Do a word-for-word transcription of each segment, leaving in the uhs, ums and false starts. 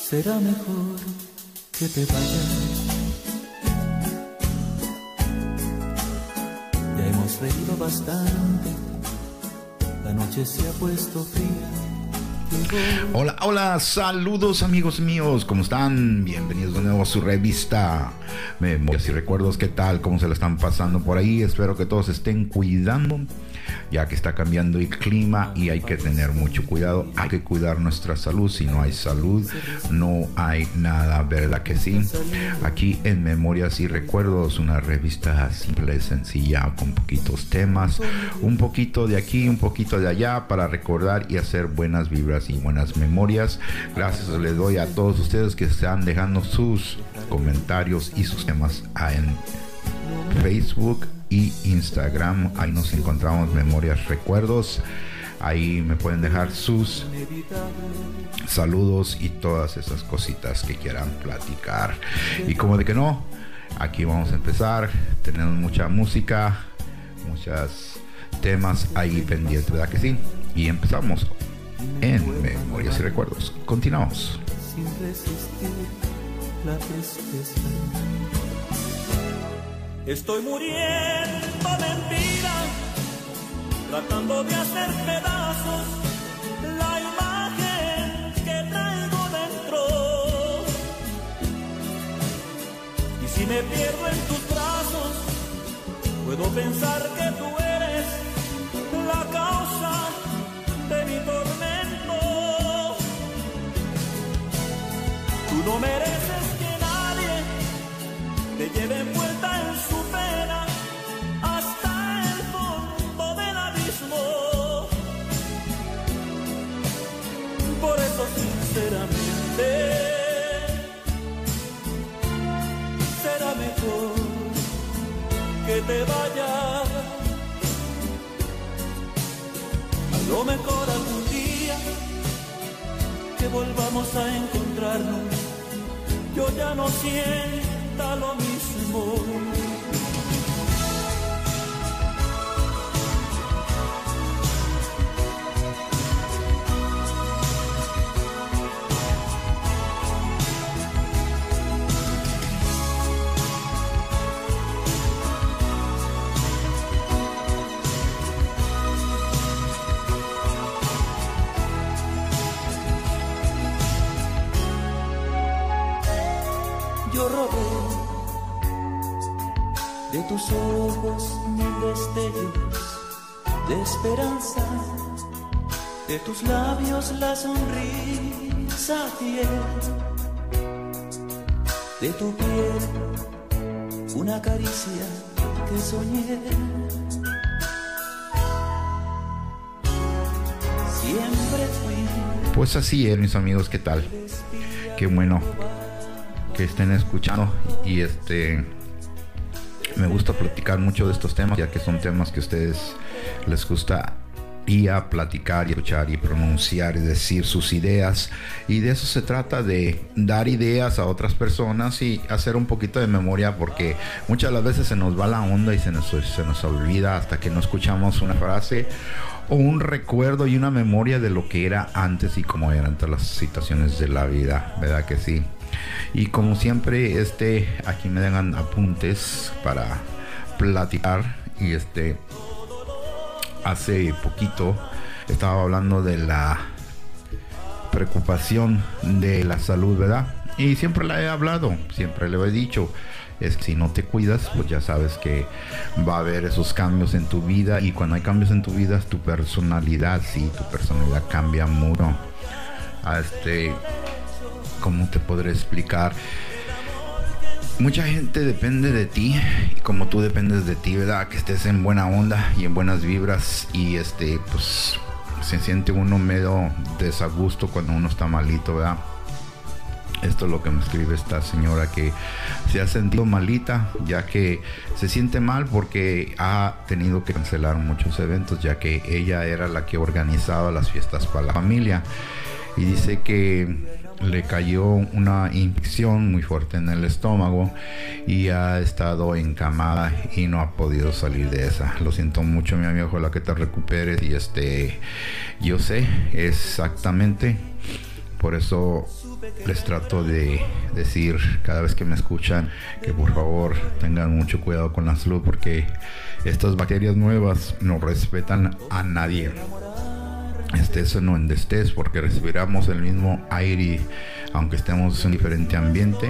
será mejor que te vayas. Ya hemos reído bastante, la noche se ha puesto fría. Hola, hola, saludos amigos míos, ¿cómo están? Bienvenidos de nuevo a su revista Memorias y Recuerdos. ¿Qué tal? ¿Cómo se la están pasando por ahí? Espero que todos estén cuidando, ya que está cambiando el clima y hay que tener mucho cuidado. Hay que cuidar nuestra salud. Si no hay salud, no hay nada, ¿verdad que sí? Aquí en Memorias y Recuerdos, una revista simple, sencilla, con poquitos temas, un poquito de aquí, un poquito de allá, para recordar y hacer buenas vibras y buenas memorias. Gracias les doy a todos ustedes que están dejando sus comentarios y sus temas en Facebook y Instagram. Ahí nos encontramos, Memorias Recuerdos. Ahí me pueden dejar sus saludos y todas esas cositas que quieran platicar. Y como de que no, aquí vamos a empezar. Tenemos mucha música, muchos temas ahí pendientes, ¿verdad que sí? Y empezamos en Memorias y Recuerdos. Continuamos. Sin resistir la tristeza. Estoy muriendo de vida, tratando de hacer pedazos la imagen que traigo dentro. Y si me pierdo en tus brazos, puedo pensar que tú eres la causa de mi tormento. Tú no mereces que nadie te lleve envuelta en su pena hasta el fondo del abismo. Por eso sinceramente será mejor que te vayas. A lo mejor algún día que volvamos a encontrarnos, yo ya no sienta lo mismo. Yo robé de tus ojos mil destellos de esperanza, de tus labios la sonrisa fiel, de tu piel una caricia que soñé. Siempre fui. Pues así es, mis amigos, ¿qué tal? Qué bueno que estén escuchando. Y este me gusta platicar mucho de estos temas, ya que son temas que a ustedes les gusta y a platicar y escuchar y pronunciar y decir sus ideas, y de eso se trata, de dar ideas a otras personas y hacer un poquito de memoria, porque muchas de las veces se nos va la onda y se nos, se nos olvida hasta que no escuchamos una frase o un recuerdo y una memoria de lo que era antes y cómo eran todas las situaciones de la vida, ¿verdad que sí? Y como siempre, este, aquí me dan apuntes para platicar. Y este, hace poquito estaba hablando de la preocupación de la salud, ¿verdad? Y siempre la he hablado, siempre le he dicho, es que si no te cuidas, pues ya sabes que va a haber esos cambios en tu vida. Y cuando hay cambios en tu vida, tu personalidad, sí, tu personalidad cambia mucho. Este, ¿cómo te podré explicar? Mucha gente depende de ti, y como tú dependes de ti, ¿verdad? Que estés en buena onda y en buenas vibras. Y este, pues se siente uno medio desagusto cuando uno está malito, ¿verdad? Esto es lo que me escribe esta señora, que se ha sentido malita, ya que se siente mal porque ha tenido que cancelar muchos eventos, ya que ella era la que organizaba las fiestas para la familia. Y dice que le cayó una infección muy fuerte en el estómago y ha estado encamada y no ha podido salir de esa. Lo siento mucho, mi amigo, ojalá que te recuperes. Y este, yo sé exactamente Por eso les trato de decir cada vez que me escuchan que por favor tengan mucho cuidado con la salud, porque estas bacterias nuevas no respetan a nadie. Estés o no en estés, porque respiramos el mismo aire, aunque estemos en diferente ambiente,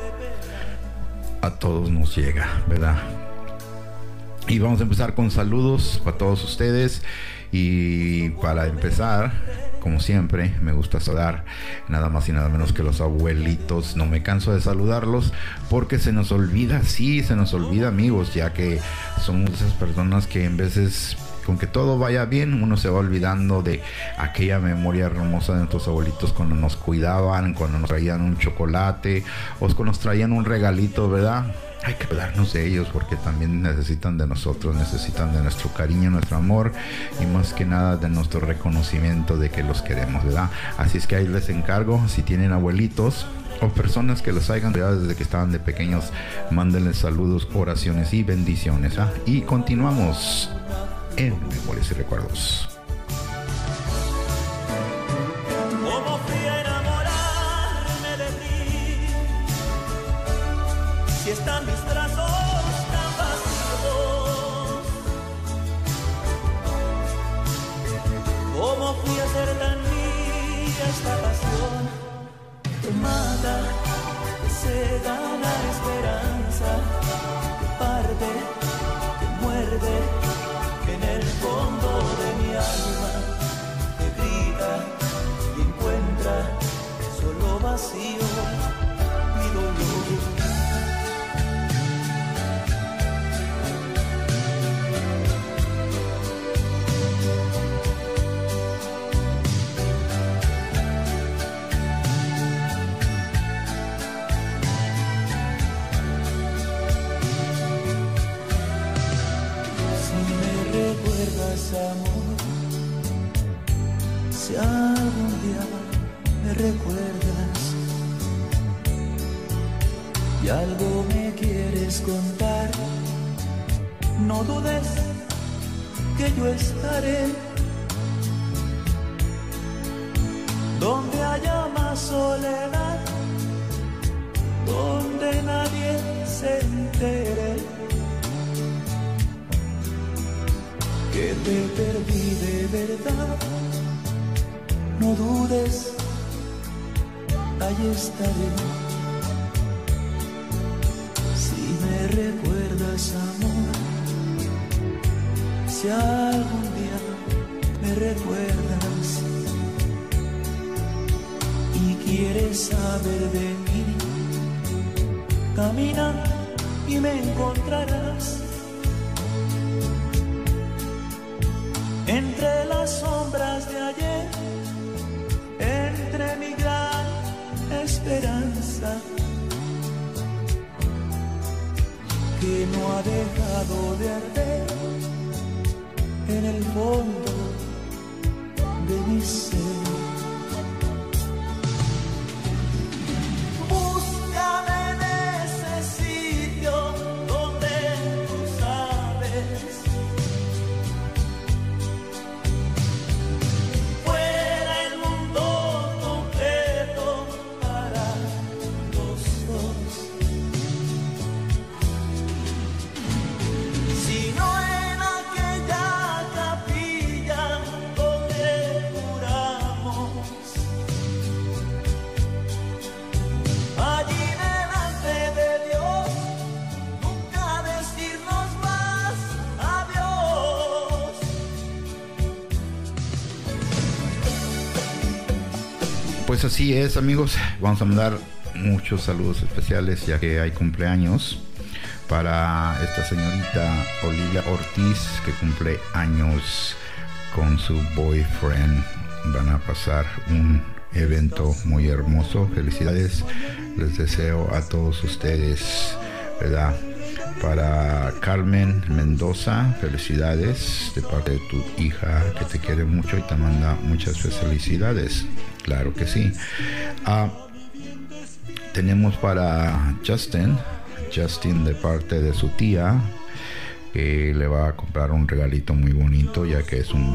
a todos nos llega, ¿verdad? Y vamos a empezar con saludos para todos ustedes. Y para empezar, como siempre, me gusta saludar nada más y nada menos que los abuelitos. No me canso de saludarlos porque se nos olvida, sí, se nos olvida, amigos, ya que somos esas personas que en veces, con que todo vaya bien, uno se va olvidando de aquella memoria hermosa de nuestros abuelitos cuando nos cuidaban, cuando nos traían un chocolate o cuando nos traían un regalito, ¿verdad? Hay que cuidarnos de ellos porque también necesitan de nosotros, necesitan de nuestro cariño, nuestro amor y más que nada de nuestro reconocimiento de que los queremos, ¿verdad? Así es que ahí les encargo, si tienen abuelitos o personas que los hayan cuidado desde que estaban de pequeños, mándenles saludos, oraciones y bendiciones, ¿ah? Y continuamos en Memorias y Recuerdos. Como fui a enamorarme de ti, si están mis brazos tan vacíos, como fui a ser tan mía esta pasión, te mata, te cega la esperanza, te parte, te muerde. En el fondo de mi alma te grita y encuentra solo vacío y dolor. Amor, si algún día me recuerdas y algo me quieres contar, no dudes que yo estaré donde haya más soledad, donde nadie se entere que te perdí de verdad. No dudes, ahí estaré. Si me recuerdas, amor, si algún día me recuerdas y quieres saber de mí, camina y me encontrarás entre las sombras de ayer, entre mi gran esperanza, que no ha dejado de arder en el fondo de mi ser. Búscame en ese sitio donde tú sabes, fuera el mundo completo para los dos. Si no en aquella capilla donde juramos, allí delante de Dios, nunca decirnos más adiós. Pues así es, amigos, vamos a mandar muchos saludos especiales ya que hay cumpleaños para esta señorita Olivia Ortiz, que cumple años con su boyfriend. Van a pasar un evento muy hermoso. Felicidades, les deseo a todos ustedes, ¿verdad? Para Carmen Mendoza, felicidades de parte de tu hija que te quiere mucho y te manda muchas felicidades. Claro que sí. Ah, tenemos para Justin, Justin de parte de su tía, que le va a comprar un regalito muy bonito, ya que es un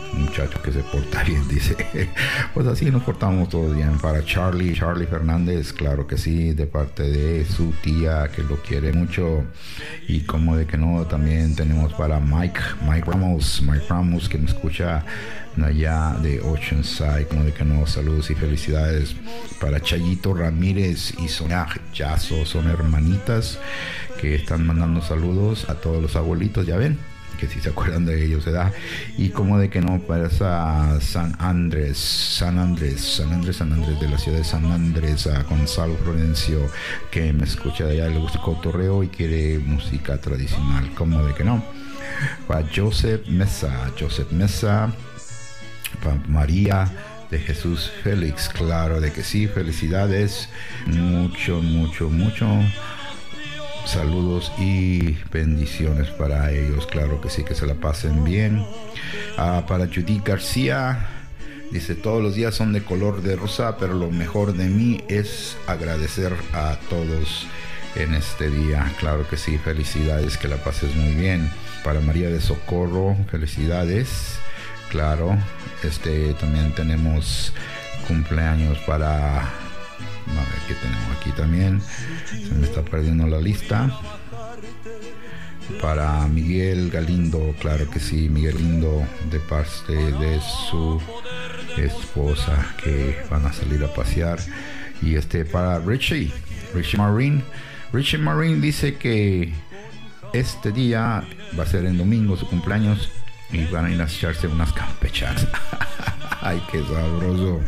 un muchacho que se porta bien, dice. Pues así nos portamos todos bien. Para Charlie, Charlie Fernández, claro que sí, de parte de su tía que lo quiere mucho. Y como de que no, también tenemos para Mike, Mike Ramos, Mike Ramos que me escucha allá de Oceanside, como de que no, saludos y felicidades para Chayito Ramírez y Sonia Yazo, son hermanitas que están mandando saludos a todos los abuelitos, ya ven que si se acuerdan de ellos, ¿verdad? Y como de que no, para esa San Andrés, San Andrés, San Andrés, San Andrés, de la ciudad de San Andrés, a Gonzalo Florencio, que me escucha de allá, le gusta el cotorreo y quiere música tradicional, como de que no. Para Joseph Mesa, Joseph Mesa, para María de Jesús Félix, claro de que sí, felicidades, mucho, mucho, mucho. Saludos y bendiciones para ellos, claro que sí, que se la pasen bien. Ah, para Judith García, dice, todos los días son de color de rosa, pero lo mejor de mí es agradecer a todos en este día, claro que sí, felicidades, que la pases muy bien. Para María de Socorro, felicidades, claro, este también tenemos cumpleaños para... A ver qué tenemos aquí también, se me está perdiendo la lista. Para Miguel Galindo, claro que sí, Miguel Galindo, de parte de su esposa, que van a salir a pasear. Y este para Richie, Richie Marín, Richie Marín dice que este día va a ser en domingo su cumpleaños y van a ir a echarse unas campechanas. Ay, qué sabroso.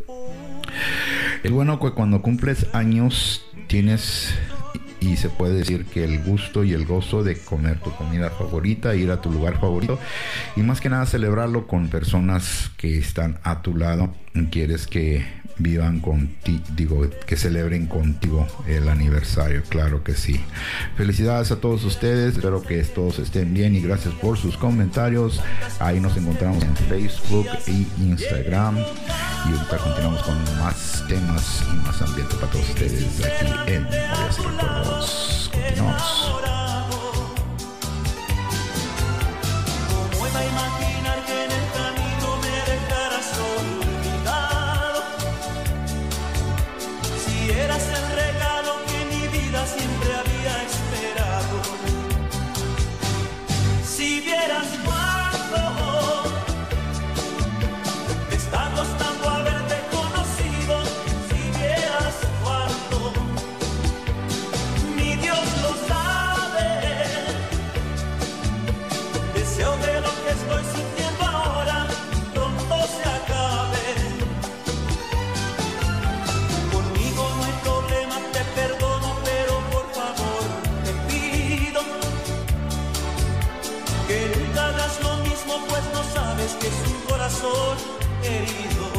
Es bueno que cuando cumples años tienes, y se puede decir que el gusto y el gozo de comer tu comida favorita, ir a tu lugar favorito y más que nada celebrarlo con personas que están a tu lado y quieres que vivan contigo, digo, que celebren contigo el aniversario, claro que sí. Felicidades a todos ustedes, espero que todos estén bien y gracias por sus comentarios. Ahí nos encontramos en Facebook e Instagram y ahorita continuamos con más temas y más ambiente para todos ustedes aquí en Memorias y Recuerdos. Continuamos. Que es un corazón herido.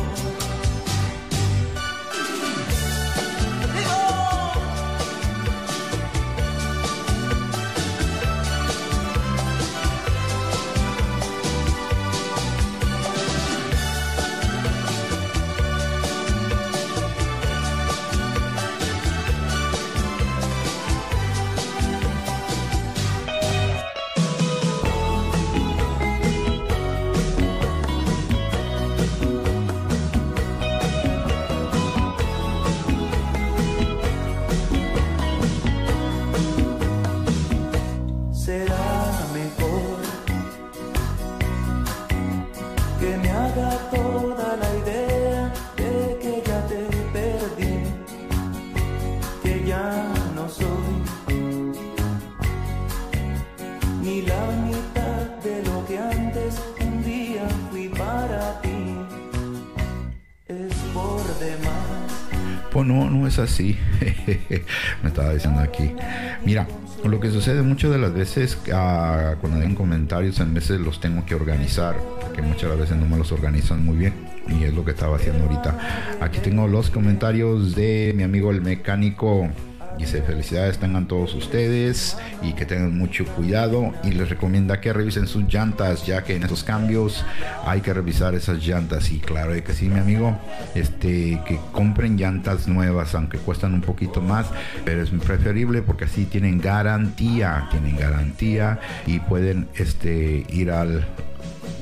Pues no, no es así. Me estaba diciendo aquí. Mira, lo que sucede muchas de las veces uh, cuando den comentarios, en veces los tengo que organizar, porque muchas veces no me los organizan muy bien. Y es lo que estaba haciendo ahorita. Aquí tengo los comentarios de mi amigo el mecánico. Dice, felicidades tengan todos ustedes y que tengan mucho cuidado, y les recomienda que revisen sus llantas, ya que en estos cambios hay que revisar esas llantas. Y claro que sí, mi amigo, este, que compren llantas nuevas, aunque cuestan un poquito más, pero es preferible porque así tienen garantía, tienen garantía y pueden este, ir al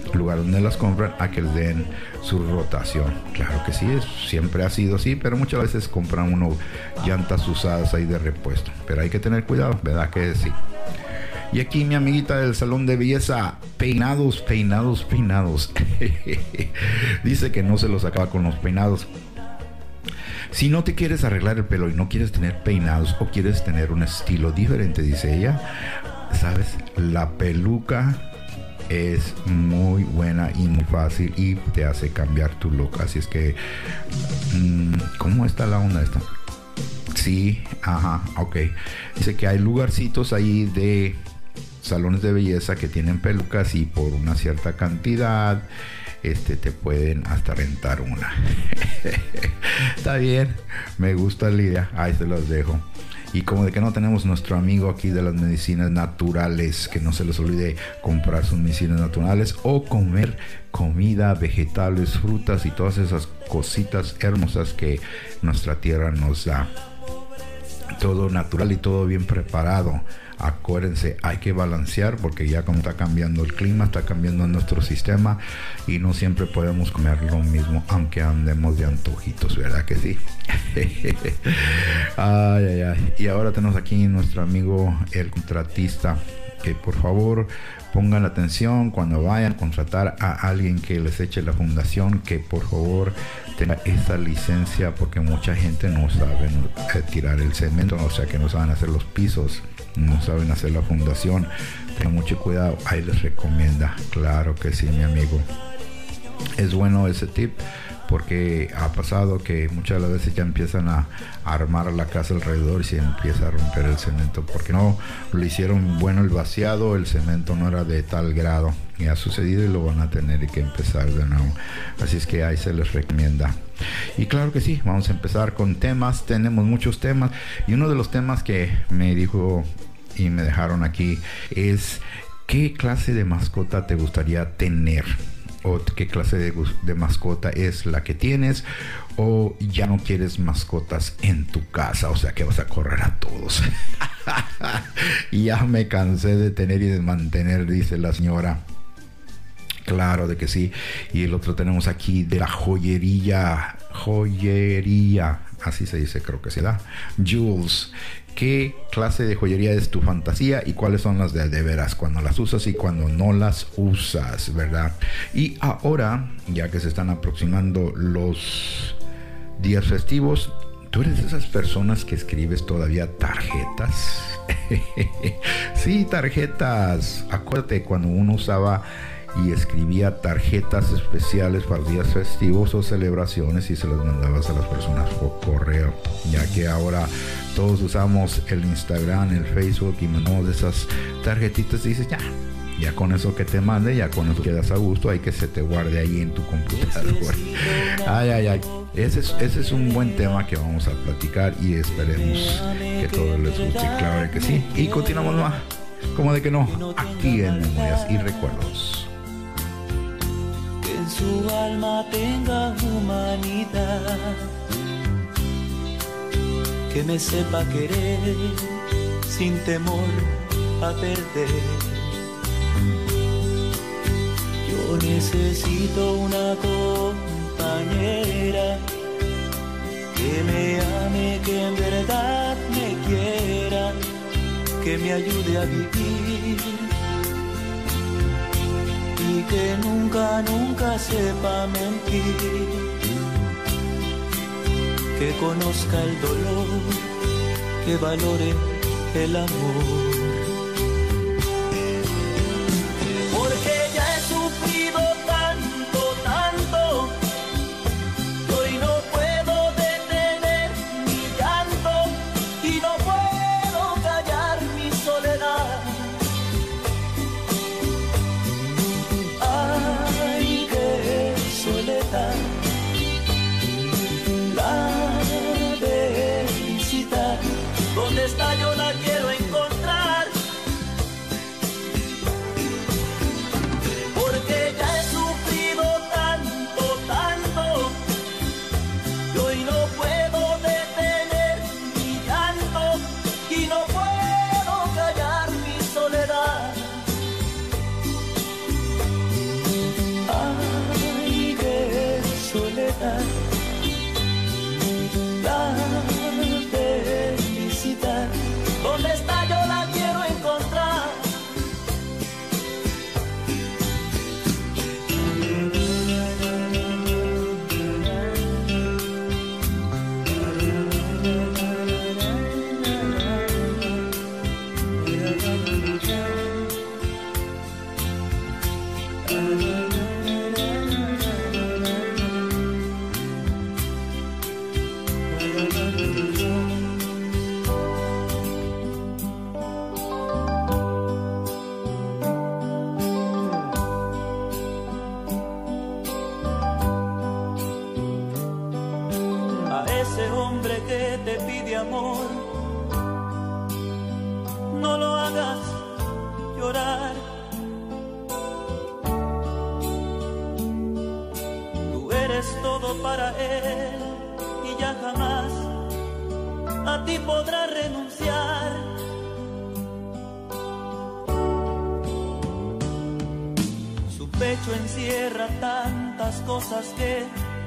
lugar donde las compran a que les den su rotación. Claro que sí, es, siempre ha sido así, pero muchas veces compran uno llantas usadas ahí de repuesto, pero hay que tener cuidado, ¿verdad que sí? Y aquí mi amiguita del salón de belleza, peinados, peinados, peinados. Dice que no se los acaba con los peinados. Si no te quieres arreglar el pelo y no quieres tener peinados o quieres tener un estilo diferente, dice ella, ¿sabes? La peluca es muy buena y muy fácil y te hace cambiar tu look. Así es que, ¿cómo está la onda esta? Sí, ajá, ok. Dice que hay lugarcitos ahí de salones de belleza que tienen pelucas y por una cierta cantidad este te pueden hasta rentar una. Está bien, me gusta la idea, ahí se los dejo. Y como de que no tenemos nuestro amigo aquí de las medicinas naturales, que no se les olvide comprar sus medicinas naturales o comer comida, vegetales, frutas y todas esas cositas hermosas que nuestra tierra nos da. Todo natural y todo bien preparado. Acuérdense, hay que balancear porque ya como está cambiando el clima, está cambiando nuestro sistema y no siempre podemos comer lo mismo, aunque andemos de antojitos, ¿verdad que sí? Ay, ay, ay. Y ahora tenemos aquí nuestro amigo el contratista, que por favor pongan atención cuando vayan a contratar a alguien que les eche la fundación, que por favor tenga esa licencia, porque mucha gente no sabe eh, tirar el cemento, o sea que no saben hacer los pisos, no saben hacer la fundación. Tengan mucho cuidado, ahí les recomienda. Claro que sí, mi amigo, es bueno ese tip, porque ha pasado que muchas de las veces ya empiezan a, a armar la casa alrededor y se empieza a romper el cemento porque no lo hicieron bueno el vaciado, el cemento no era de tal grado, y ha sucedido y lo van a tener que empezar de nuevo. Así es que ahí se les recomienda. Y claro que sí, vamos a empezar con temas. Tenemos muchos temas y uno de los temas que me dijo y me dejaron aquí es: ¿qué clase de mascota te gustaría tener? ¿O qué clase de, de mascota es la que tienes? ¿O ya no quieres mascotas en tu casa? O sea que vas a correr a todos. Y ya me cansé de tener y de mantener, dice la señora. Claro de que sí. Y el otro tenemos aquí de la joyería. Joyería. Así se dice, creo que se da. Jules. ¿Qué clase de joyería es tu fantasía y cuáles son las de de veras cuando las usas y cuando no las usas, verdad? Y ahora, ya que se están aproximando los días festivos, ¿tú eres de esas personas que escribes todavía tarjetas? Sí, tarjetas. Acuérdate cuando uno usaba y escribía tarjetas especiales para días festivos o celebraciones y se las mandabas a las personas por correo, ya que ahora todos usamos el Instagram, el Facebook y mandamos esas tarjetitas y dices, ya, ya con eso que te mande, ya con eso quedas a gusto, hay que se te guarde ahí en tu computadora. Ay, ay, ay. Ese es, ese es un buen tema que vamos a platicar y esperemos que todos les guste, claro que sí. Y continuamos más, como de que no, aquí en Memorias y Recuerdos. Que en su alma tenga humanidad, que me sepa querer sin temor a perder. Yo necesito una compañera que me ame, que en verdad me quiera, que me ayude a vivir y que nunca, nunca sepa mentir, que conozca el dolor, que valore el amor. Porque ya he sufrido tanto, tanto, que hoy no puedo detener mi llanto y no puedo callar mi soledad. Ay, qué soledad. ¿Dónde está? Yo la quiero encontrar. ese hombre que te pide amor, no lo hagas llorar. Tú eres todo para él y ya jamás a ti podrá renunciar. Su pecho encierra tantas cosas que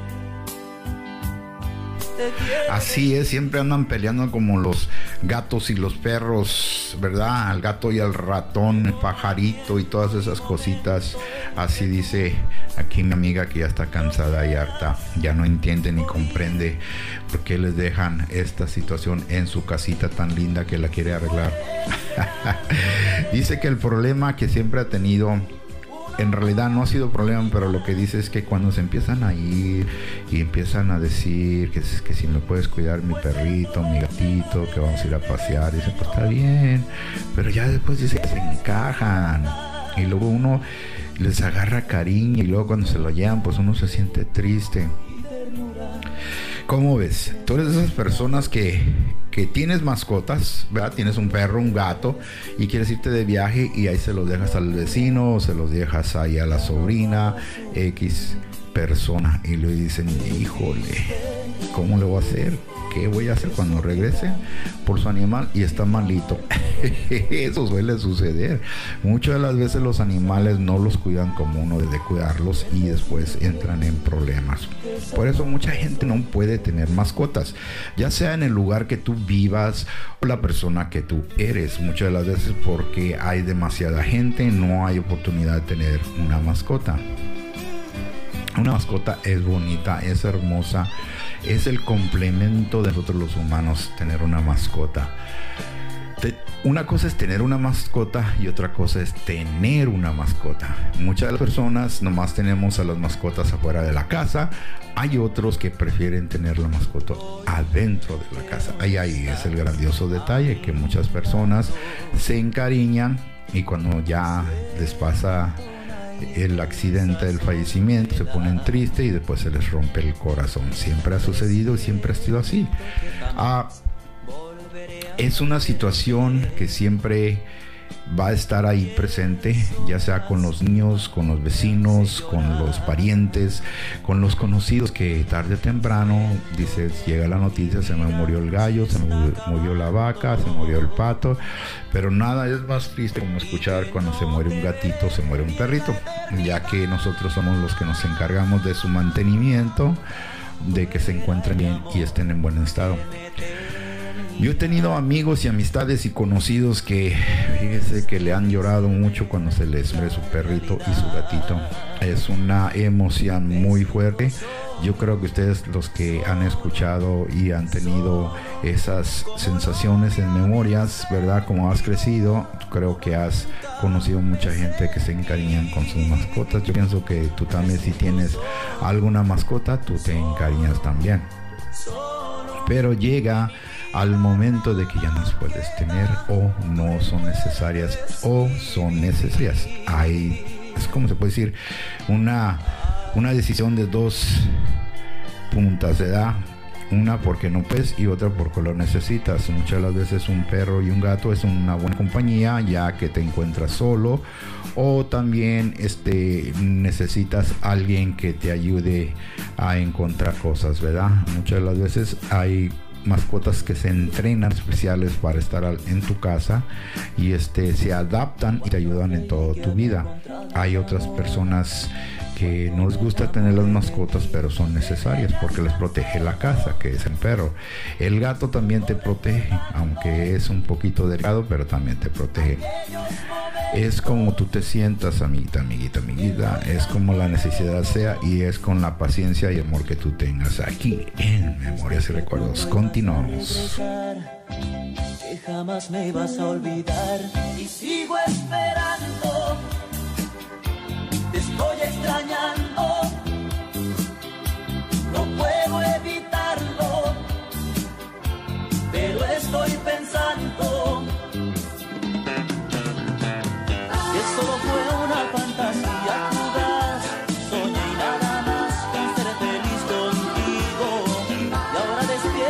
así es, siempre andan peleando como los gatos y los perros, ¿verdad? El gato y el ratón, el pajarito y todas esas cositas. Así dice aquí mi amiga que ya está cansada y harta, ya no entiende ni comprende por qué les dejan esta situación en su casita tan linda que la quiere arreglar. Dice que el problema que siempre ha tenido, en realidad no ha sido problema, pero lo que dice es que cuando se empiezan a ir y empiezan a decir que, que si me puedes cuidar mi perrito, mi gatito, que vamos a ir a pasear, dice pues está bien, pero ya después dice que se encajan y luego uno les agarra cariño y luego cuando se lo llevan pues uno se siente triste. ¿Cómo ves? Tú eres de esas personas que, que tienes mascotas, ¿verdad? Tienes un perro, un gato y quieres irte de viaje y ahí se los dejas al vecino o se los dejas ahí a la sobrina, X persona, y le dicen, híjole, ¿cómo le voy a hacer? ¿Qué voy a hacer cuando regrese por su animal y está malito? Eso suele suceder. Muchas de las veces los animales no los cuidan como uno debe cuidarlos y después entran en problemas. Por eso mucha gente no puede tener mascotas, ya sea en el lugar que tú vivas o la persona que tú eres. Muchas de las veces porque hay demasiada gente, no hay oportunidad de tener una mascota. Una mascota es bonita, es hermosa, es el complemento de nosotros los humanos, tener una mascota. Una cosa es tener una mascota y otra cosa es tener una mascota. Muchas de las personas nomás tenemos a las mascotas afuera de la casa. Hay otros que prefieren tener la mascota adentro de la casa. Ahí, ahí es el grandioso detalle, que muchas personas se encariñan y cuando ya les pasa el accidente del fallecimiento se ponen tristes y después se les rompe el corazón. Siempre ha sucedido y siempre ha sido así. Ah, es una situación que siempre va a estar ahí presente, ya sea con los niños, con los vecinos, con los parientes, con los conocidos, que tarde o temprano, dices, llega la noticia, se me murió el gallo, se me murió la vaca, se murió el pato, pero nada es más triste como escuchar cuando se muere un gatito, se muere un perrito, ya que nosotros somos los que nos encargamos de su mantenimiento, de que se encuentren bien y estén en buen estado. Yo he tenido amigos y amistades y conocidos que, fíjese, que le han llorado mucho cuando se les muere su perrito y su gatito. Es una emoción muy fuerte. Yo creo que ustedes, los que han escuchado y han tenido esas sensaciones en memorias, ¿verdad? Como has crecido, creo que has conocido mucha gente que se encariñan con sus mascotas. Yo pienso que tú también, si tienes alguna mascota, tú te encariñas también. Pero llega al momento de que ya no las puedes tener o no son necesarias o son necesarias. Hay, es como se puede decir, una, una decisión de dos puntas de edad. Una porque no puedes y otra porque lo necesitas. Muchas de las veces un perro y un gato es una buena compañía, ya que te encuentras solo, o también este, necesitas a alguien que te ayude a encontrar cosas, ¿verdad? Muchas de las veces hay mascotas que se entrenan especiales para estar en tu casa y este, se adaptan y te ayudan en toda tu vida. Hay otras personas que no les gusta tener las mascotas, pero son necesarias porque les protege la casa, que es el perro. El gato también te protege, aunque es un poquito delgado, pero también te protege. Es como tú te sientas, amiguita, amiguita, amiguita. Es como la necesidad sea y es con la paciencia y amor que tú tengas. Aquí en Memorias y Recuerdos continuamos. Que jamás me vas a olvidar y sigo esperando. Te estoy extrañando, no puedo evitarlo, pero estoy pensando que solo fue una fantasía fugaz. Soñé y nada más con ser feliz contigo, y ahora despierto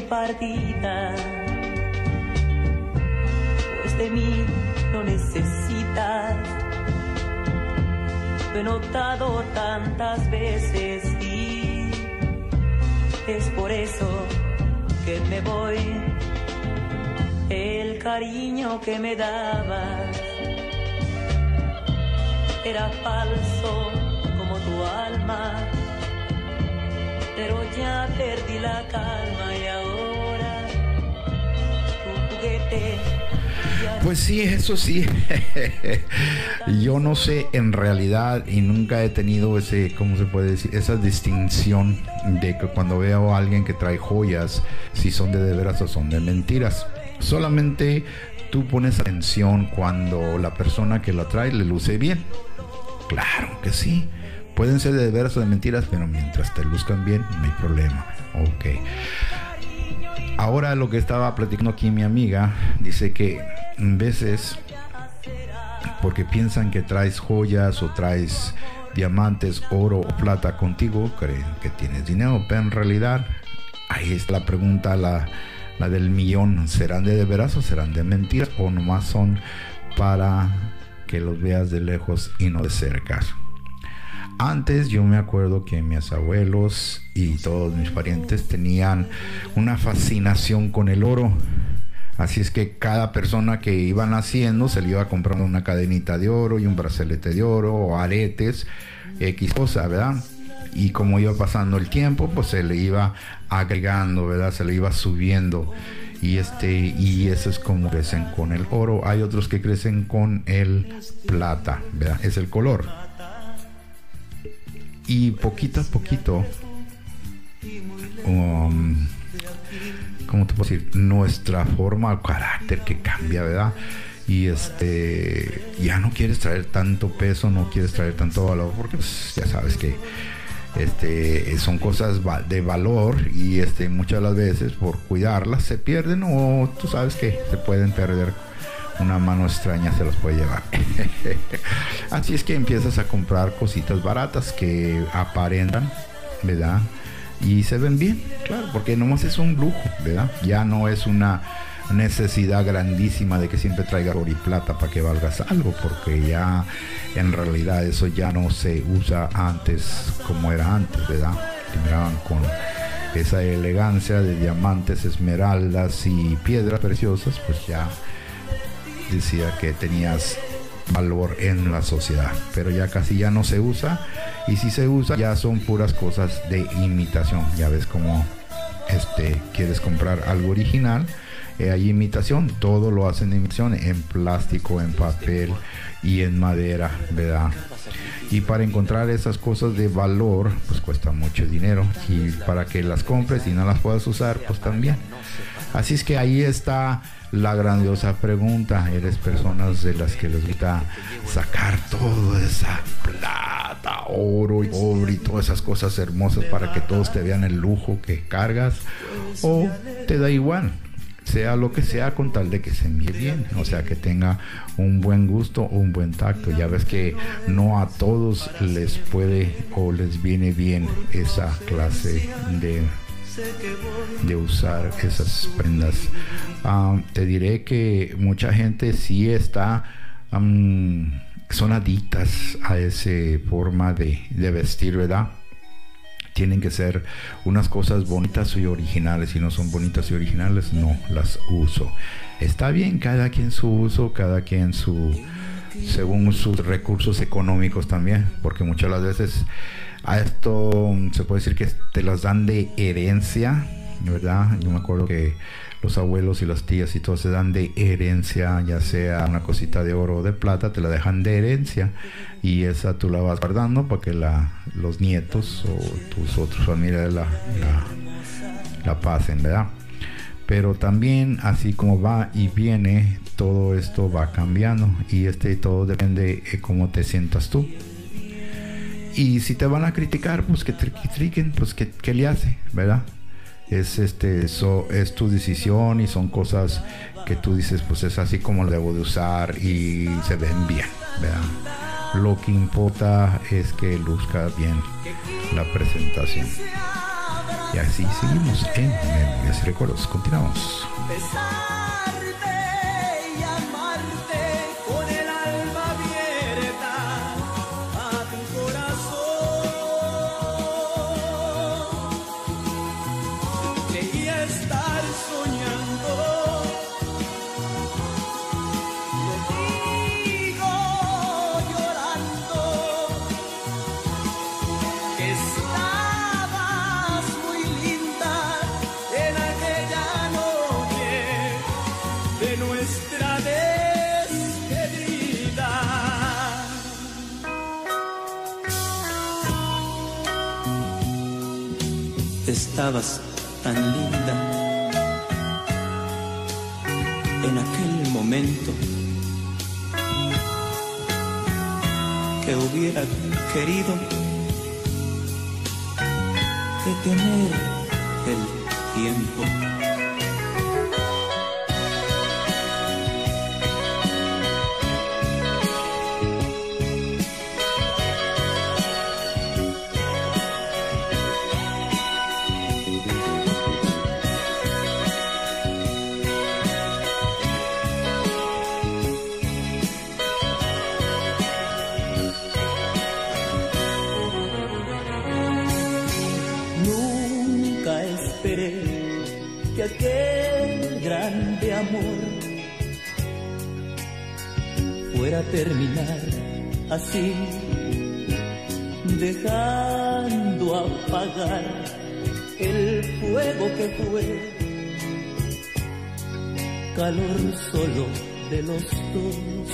partida, pues de mí no necesitas. Lo he notado tantas veces y es por eso que me voy. El cariño que me dabas era falso como tu alma, pero ya perdí la calma y ahora tu juguete. Pues sí, eso sí. Yo no sé en realidad y nunca he tenido ese, ¿cómo se puede decir? Esa distinción de que cuando veo a alguien que trae joyas, si son de de veras o son de mentiras. Solamente tú pones atención cuando la persona que la trae le luce bien. Claro que sí. Pueden ser de veras o de mentiras, pero mientras te luzcan bien, no hay problema. Ok. Ahora lo que estaba platicando aquí mi amiga, dice que en veces, porque piensan que traes joyas o traes diamantes, oro o plata contigo, creen que tienes dinero, pero en realidad, ahí está la pregunta, la, la del millón. ¿Serán de, de veras o serán de mentiras? ¿O nomás son para que los veas de lejos y no de cerca? Antes yo me acuerdo que mis abuelos y todos mis parientes tenían una fascinación con el oro. Así es que cada persona que iba naciendo se le iba comprando una cadenita de oro y un bracelete de oro o aretes, X cosa, ¿verdad? Y como iba pasando el tiempo, pues se le iba agregando, ¿verdad? Se le iba subiendo. Y este y eso es como crecen con el oro. Hay otros que crecen con el plata, ¿verdad? Es el color. Y poquito a poquito, um, ¿cómo te puedo decir? Nuestra forma o carácter que cambia, ¿verdad? Y este, ya no quieres traer tanto peso, no quieres traer tanto valor, porque pues, ya sabes que este, son cosas de valor y este, muchas de las veces por cuidarlas se pierden o tú sabes que se pueden perder. Una mano extraña se los puede llevar. Así es que empiezas a comprar cositas baratas que aparentan, ¿verdad? Y se ven bien, claro, porque nomás es un lujo, ¿verdad? Ya no es una necesidad grandísima de que siempre traigas oro y plata para que valgas algo, porque ya en realidad eso ya no se usa antes como era antes, ¿verdad? Que miraban con esa elegancia de diamantes, esmeraldas y piedras preciosas, pues ya decía que tenías valor en la sociedad, pero ya casi ya no se usa, y si se usa ya son puras cosas de imitación. Ya ves cómo este, quieres comprar algo original, eh, hay imitación, todo lo hacen de imitación, en plástico, en papel y en madera, ¿verdad? Y para encontrar esas cosas de valor pues cuesta mucho dinero, y para que las compres y no las puedas usar pues también. Así es que ahí está la grandiosa pregunta. ¿Eres personas de las que les gusta sacar toda esa plata, oro y cobre y todas esas cosas hermosas para que todos te vean el lujo que cargas? ¿O te da igual, sea lo que sea, con tal de que se mire bien, o sea, que tenga un buen gusto o un buen tacto? Ya ves que no a todos les puede o les viene bien esa clase de de usar esas prendas. Um, te diré que mucha gente sí está um, son adictas a esa forma de, de vestir, ¿verdad? Tienen que ser unas cosas bonitas y originales. Si no son bonitas y originales, no las uso. Está bien, cada quien su uso, cada quien su según sus recursos económicos también, porque muchas de las veces a esto se puede decir que te las dan de herencia, ¿verdad? Yo me acuerdo que los abuelos y las tías y todo se dan de herencia, ya sea una cosita de oro o de plata, te la dejan de herencia, y esa tú la vas guardando para que la, los nietos o tus otros familiares la, la, la pasen, ¿verdad? Pero también, así como va y viene, todo esto va cambiando, y este todo depende de cómo te sientas tú. Y si te van a criticar, pues que te critiquen, pues que, que le hace, ¿verdad? Es este, eso es tu decisión, y son cosas que tú dices, pues es así como lo debo de usar y se ven bien, ¿verdad? Lo que importa es que luzca bien la presentación. Y así seguimos en Memorias y Recuerdos. Continuamos. Estabas tan linda en aquel momento que hubiera querido detener el tiempo. Que aquel grande amor fuera a terminar así, dejando apagar el fuego que fue calor solo de los dos.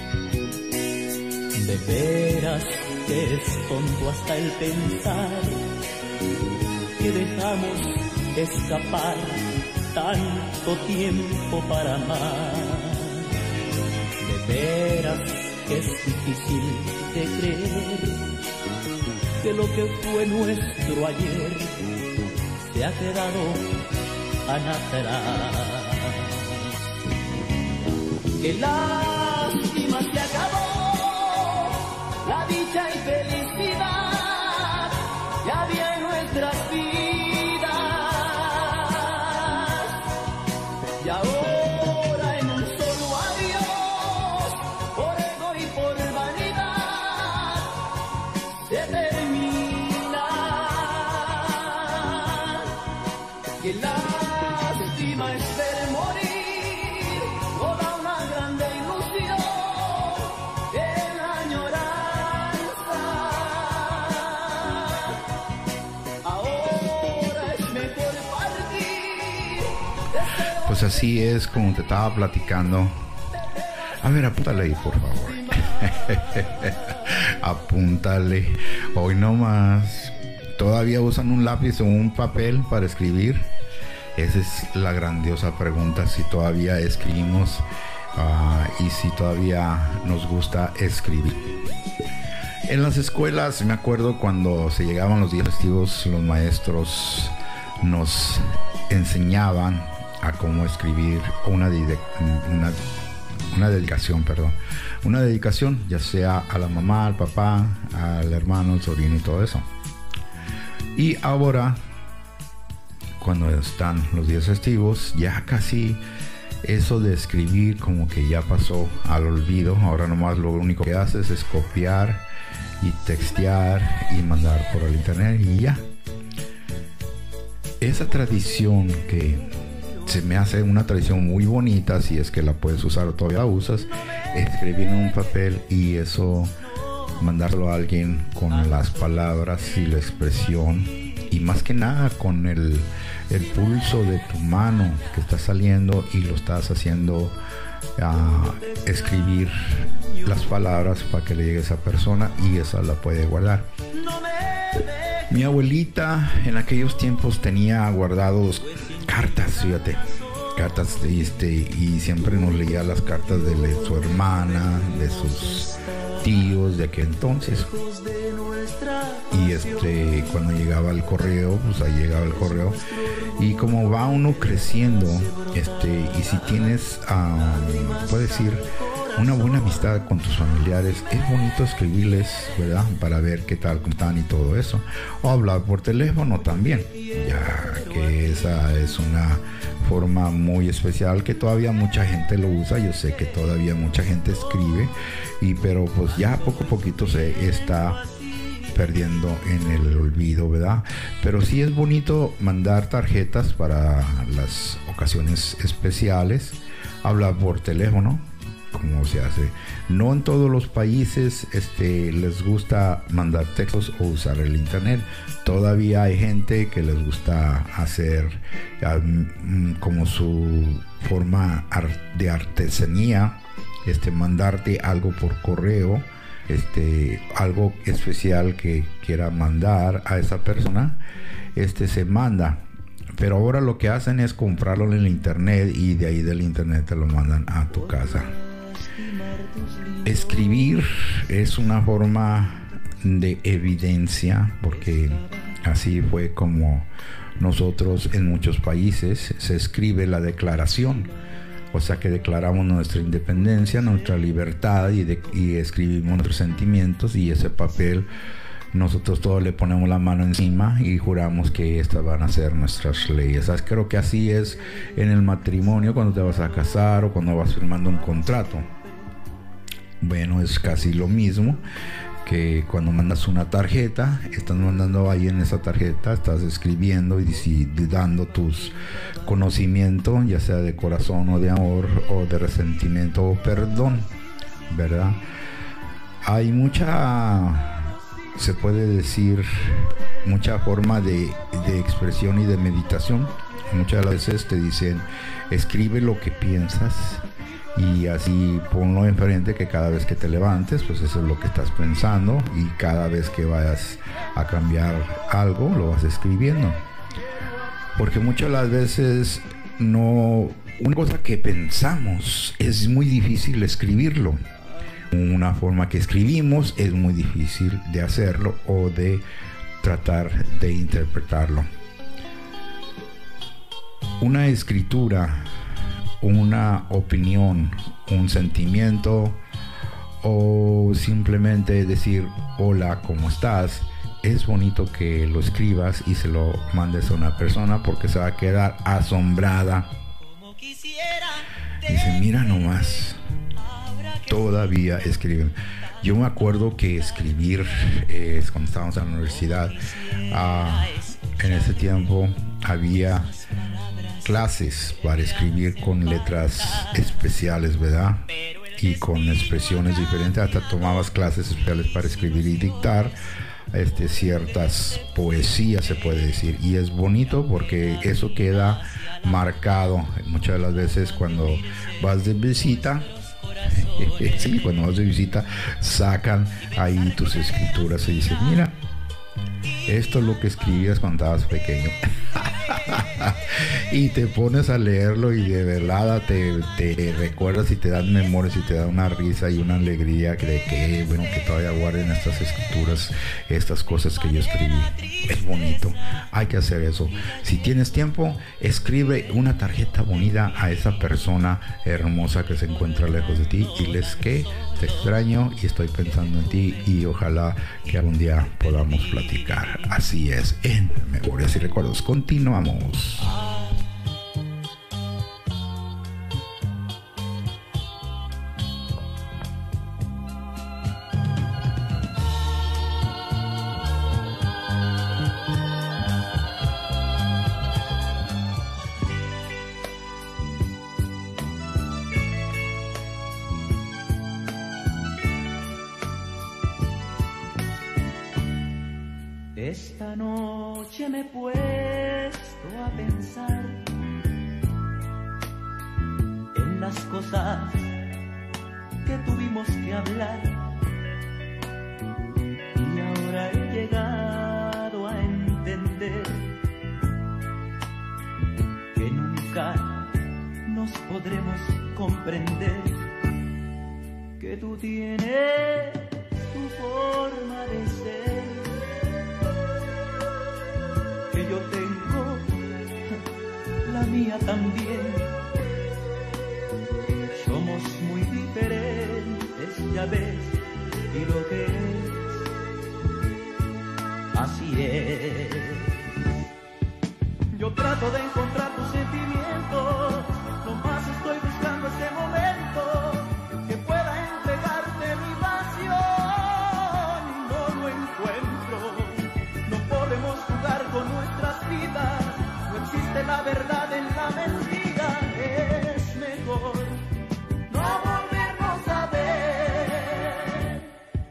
De veras que es tonto hasta el pensar que dejamos escapar tanto tiempo para amar. De veras que es difícil de creer que lo que fue nuestro ayer se ha quedado tan atrás. Qué lástima se acabó la dicha y felicidad que había en nuestras vidas. Y ahora en un solo adiós, por ego y por vanidad, se termina. Qué lástima es ver morir toda una grande ilusión en la añoranza. Ahora es mejor partir. Pues así es como te estaba platicando. A ver, apúntale ahí, por favor. Apúntale. Hoy no más. ¿Todavía usan un lápiz o un papel para escribir? Esa es la grandiosa pregunta, si todavía escribimos uh, y si todavía nos gusta escribir. En las escuelas, me acuerdo cuando se llegaban los días festivos, los maestros nos enseñaban a cómo escribir una, de, una, una dedicación, perdón, una dedicación, ya sea a la mamá, al papá, al hermano, al sobrino y todo eso. Y ahora, cuando están los días festivos, ya casi eso de escribir como que ya pasó al olvido. Ahora nomás lo único que haces es copiar y textear y mandar por el internet y ya. Esa tradición que se me hace una tradición muy bonita, si es que la puedes usar o todavía la usas, escribir en un papel y eso mandarlo a alguien con las palabras y la expresión, y más que nada con el, el pulso de tu mano que está saliendo y lo estás haciendo uh, escribir las palabras para que le llegue a esa persona y esa la puede guardar. Mi abuelita en aquellos tiempos tenía guardados cartas, fíjate, cartas este, y siempre nos leía las cartas de su hermana, de sus tíos de aquel entonces. Y este, cuando llegaba el correo, pues ahí llegaba el correo. Y como va uno creciendo, este, y si tienes, um, puedes ir una buena amistad con tus familiares, es bonito escribirles, ¿verdad? Para ver qué tal, cómo están y todo eso. O hablar por teléfono también, ya que esa es una forma muy especial que todavía mucha gente lo usa. Yo sé que todavía mucha gente escribe, y pero pues ya poco a poquito se está perdiendo en el olvido, ¿verdad? Pero sí es bonito mandar tarjetas para las ocasiones especiales, hablar por teléfono, como se hace. No en todos los países este, les gusta mandar textos o usar el internet. Todavía hay gente que les gusta hacer um, como su forma de artesanía, este, mandarte algo por correo, este, algo especial que quiera mandar a esa persona, este, se manda. Pero ahora lo que hacen es comprarlo en el internet, y de ahí del internet te lo mandan a tu casa. Escribir es una forma de evidencia, porque así fue como nosotros en muchos países se escribe la declaración. O sea que declaramos nuestra independencia, nuestra libertad, y, de, y escribimos nuestros sentimientos, y ese papel nosotros todos le ponemos la mano encima y juramos que estas van a ser nuestras leyes. ¿Sabes? Creo que así es en el matrimonio, cuando te vas a casar o cuando vas firmando un contrato. Bueno, es casi lo mismo que cuando mandas una tarjeta. Estás mandando ahí en esa tarjeta, estás escribiendo y, y dando tus conocimientos, ya sea de corazón o de amor o de resentimiento o perdón, ¿verdad? Hay mucha, se puede decir, mucha forma de, de expresión y de meditación. Muchas veces te dicen, escribe lo que piensas, y así ponlo enfrente, que cada vez que te levantes, pues eso es lo que estás pensando, y cada vez que vayas a cambiar algo, lo vas escribiendo. Porque muchas de las veces no, una cosa que pensamos es muy difícil escribirlo. Una forma que escribimos es muy difícil de hacerlo o de tratar de interpretarlo. Una escritura, una opinión, un sentimiento, o simplemente decir hola, ¿cómo estás? Es bonito que lo escribas y se lo mandes a una persona, porque se va a quedar asombrada. Dice, mira nomás, todavía escriben. Yo me acuerdo que escribir eh, cuando estábamos en la universidad, uh, en ese tiempo había clases para escribir con letras especiales, ¿verdad? Y con expresiones diferentes. Hasta tomabas clases especiales para escribir y dictar este, ciertas poesías, se puede decir. Y es bonito porque eso queda marcado. Muchas de las veces cuando vas de visita, sí, cuando vas de visita, sacan ahí tus escrituras y dicen, mira, esto es lo que escribías cuando estabas pequeño. Y te pones a leerlo y de verdad te, te recuerdas y te dan memorias y te da una risa y una alegría de que, bueno, que todavía guarden estas escrituras, estas cosas que yo escribí. Es bonito, hay que hacer eso. Si tienes tiempo, escribe una tarjeta bonita a esa persona hermosa que se encuentra lejos de ti, y les que te extraño y estoy pensando en ti, y ojalá que algún día podamos platicar. Así es, en Memorias y Recuerdos. Continuamos. Esta noche me he puesto a pensar en las cosas que tuvimos que hablar, y ahora he llegado a entender que nunca nos podremos comprender, que tú tienes tu forma de ser, yo tengo la mía también. Somos muy diferentes, ya ves, y lo que es, así es. Yo trato de encontrar tus sentimientos, nomás estoy buscando ese momento que pueda entregarte mi pasión y no lo encuentro. No podemos jugar con nuestras vidas, no existe la verdad en la mentira. Es mejor no volvernos a ver.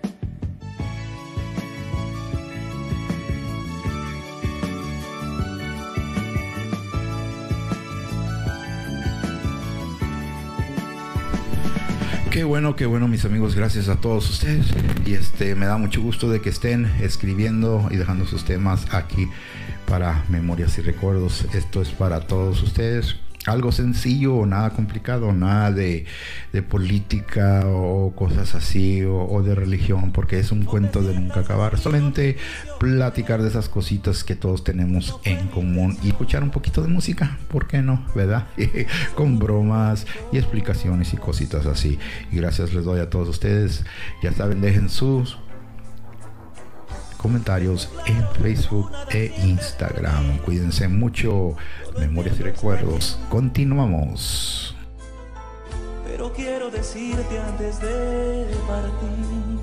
Qué bueno, qué bueno, mis amigos, gracias a todos ustedes. Y este me da mucho gusto de que estén escribiendo y dejando sus temas aquí para Memorias y Recuerdos. Esto es para todos ustedes. Algo sencillo, nada complicado, nada de, de política o cosas así, o, o de religión, porque es un cuento de nunca acabar. Solamente platicar de esas cositas que todos tenemos en común y escuchar un poquito de música, ¿por qué no? ¿Verdad? Con bromas y explicaciones y cositas así. Y gracias les doy a todos ustedes. Ya saben, dejen sus comentarios en Facebook e Instagram. Cuídense mucho. Memorias y Recuerdos. Continuamos. Pero quiero decirte antes de partir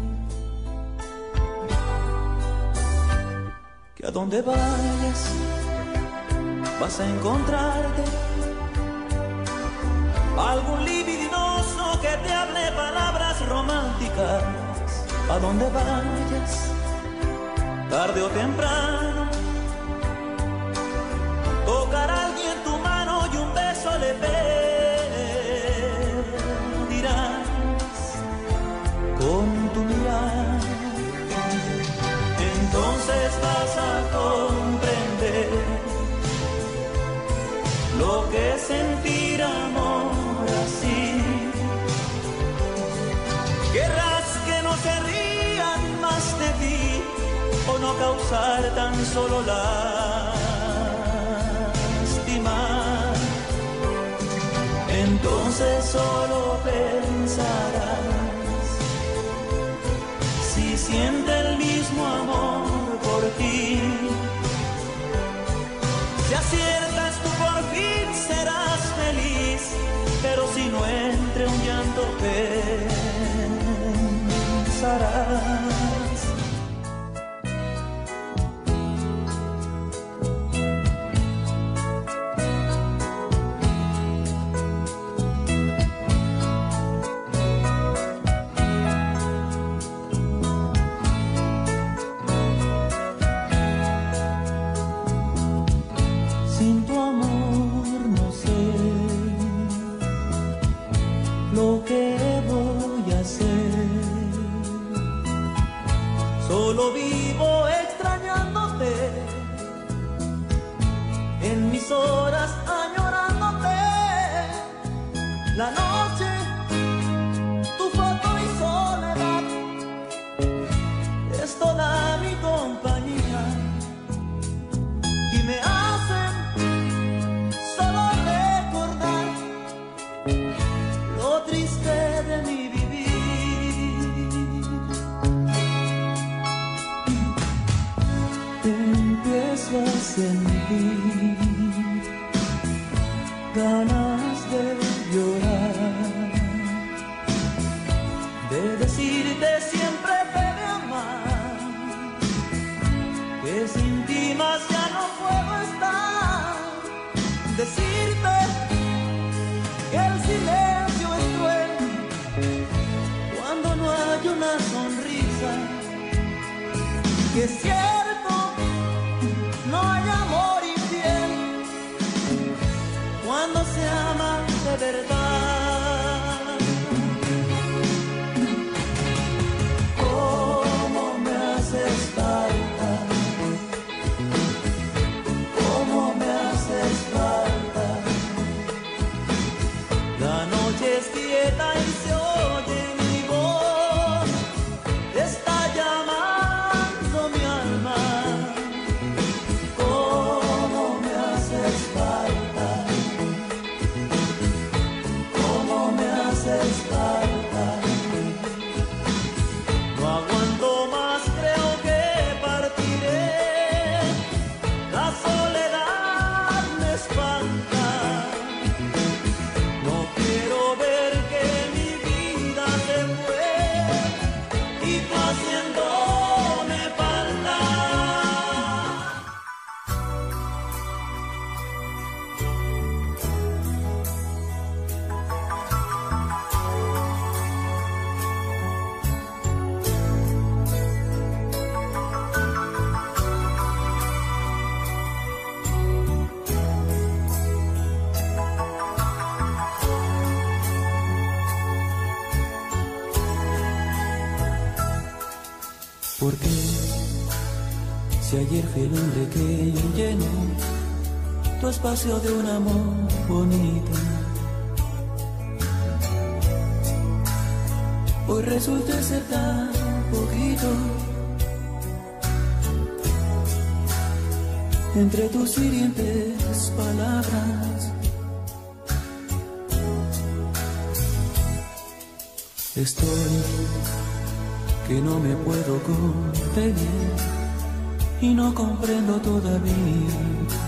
que a donde vayas vas a encontrarte algún libidinoso que te hable palabras románticas. A donde vayas, tarde o temprano, tocar a alguien tu mano y un beso le pedirás con tu mirada. Entonces vas a comprender lo que es sentir amor así. Querrás que no se rían más de ti o no causar tan solo lástima. Entonces solo pensarás si siente el mismo amor por ti. Si aciertas tú por fin serás feliz, pero si no entre un llanto pensarás. Solo vivo extrañándote, en mis horas añorándote. La noche, tu foto y soledad, es toda mi compañía y me hacen solo recordar lo triste de mi vida. Empiezo a sentir ganas de llorar, de decirte siempre te de amar, que sin ti más ya no puedo estar. Decirte que el silencio es cruel cuando no hay una sonrisa, que es cierto no hay amor infiel cuando se ama de verdad. ¿Cómo me haces falta? ¿Cómo me haces falta? La noche es quieta y se oye mi voz, te está llamando mi alma. Porque si ayer fui el hombre que llenó tu espacio de un amor bonito, hoy resulta ser tan poquito. Entre tus hirientes palabras estoy que no me puedo contener y no comprendo todavía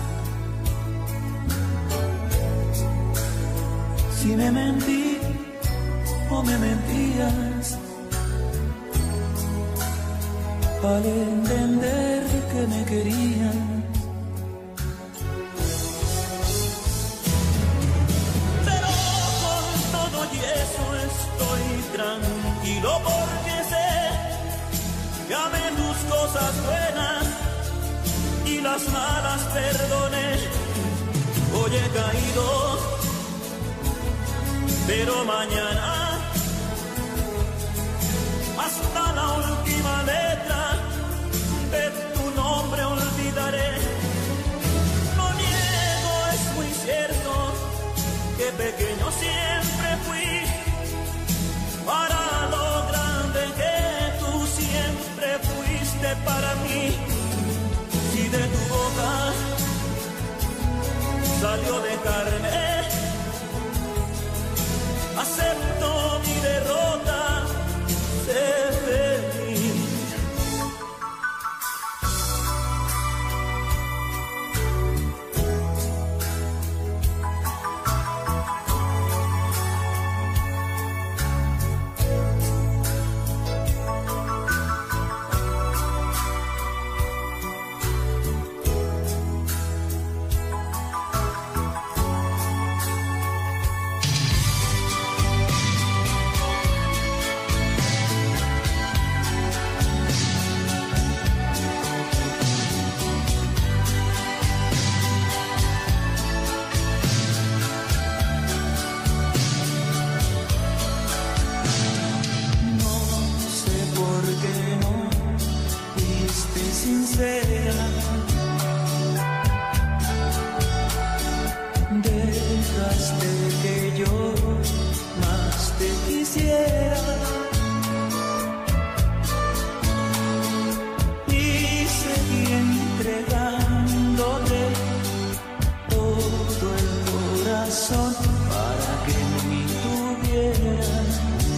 si me mentí o me mentías al entender que me querías. Pero con todo y eso estoy tranquilo porque sé que amé tus cosas buenas y las malas perdoné. Hoy he caído, pero mañana hasta la última letra de tu nombre olvidaré. No niego, es muy cierto que pequeño siempre fui para lo grande que tú siempre fuiste para mí. Si de tu boca salió de carne, acepto mi derrota, sé feliz. Dejaste que yo más te quisiera y seguí entregándote todo el corazón para que me tuvieras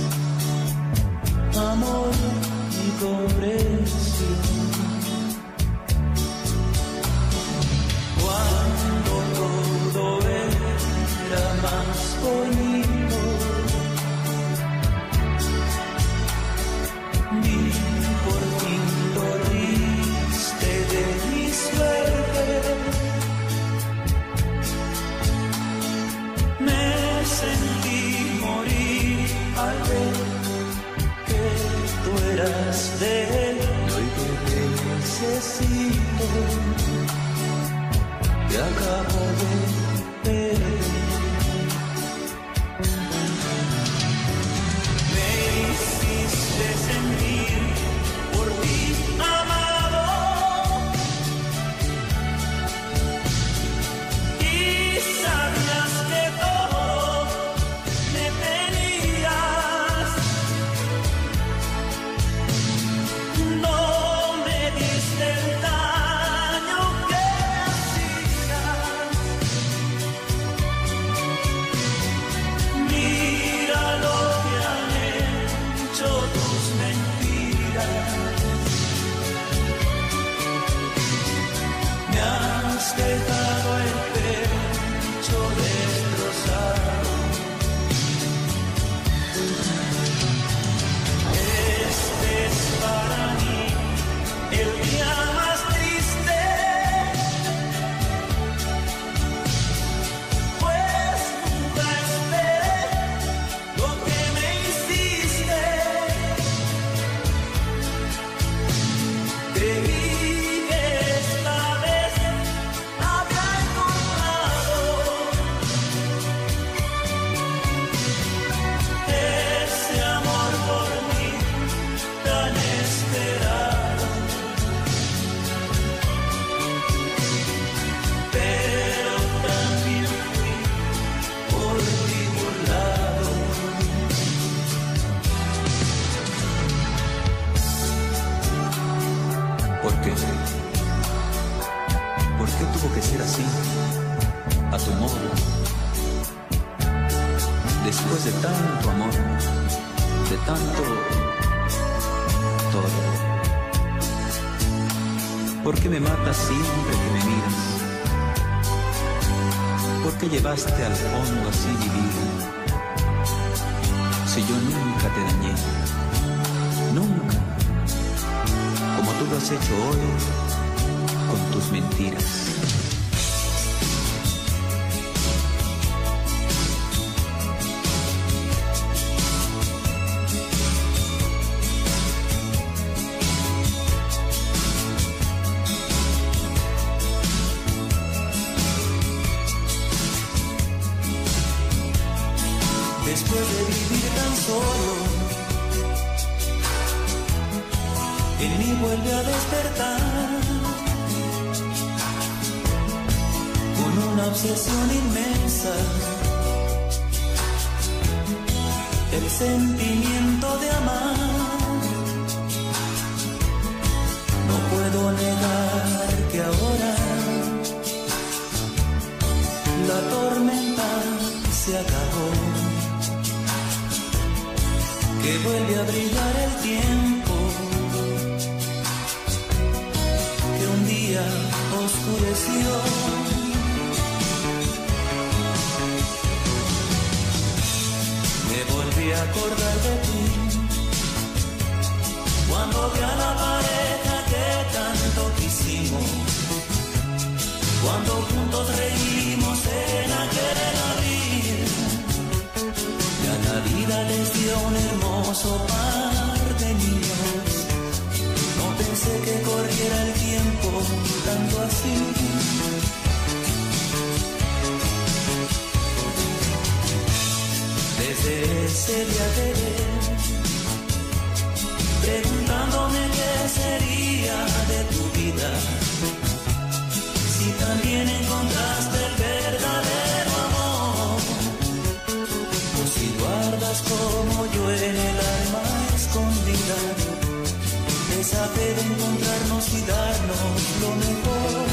amor y comprensión. Cuando todo era más bonito, así, a tu modo, después de tanto amor, de tanto todo. ¿Por qué me matas siempre que me miras? ¿Por qué llevaste al fondo así mi vida? Si yo nunca te dañé, nunca, como tú lo has hecho hoy con tus mentiras. Después de vivir tan solo, en mí vuelve a despertar con una obsesión inmensa, el sentimiento de amar. No puedo negar que ahora la tormenta se acabó, que vuelve a brillar el tiempo que un día oscureció. Me volví a acordar de ti cuando vi a la pareja que tanto quisimos, cuando juntos reímos en aquel abril. La vida les dio un hermoso par de niños. No pensé que corriera el tiempo tanto así. Desde ese día te ver, preguntándome qué sería de tu vida, si también encontraste el verdadero amor, si guardas como yo en el alma escondida esa fe de encontrarnos y darnos lo mejor.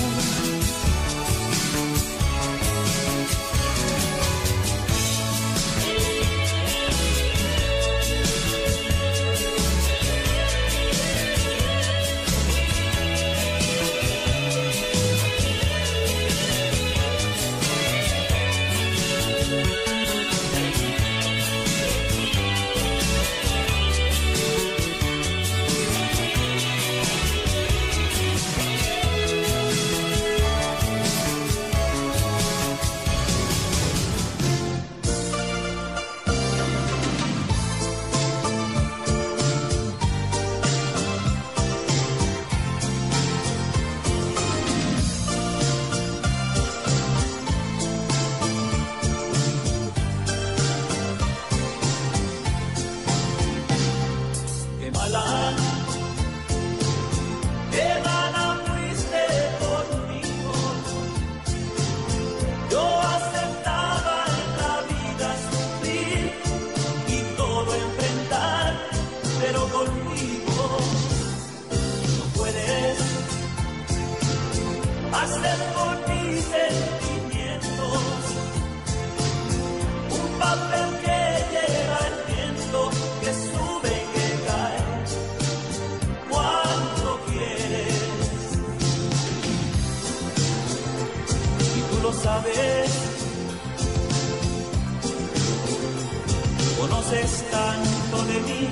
Conoces tanto de mí,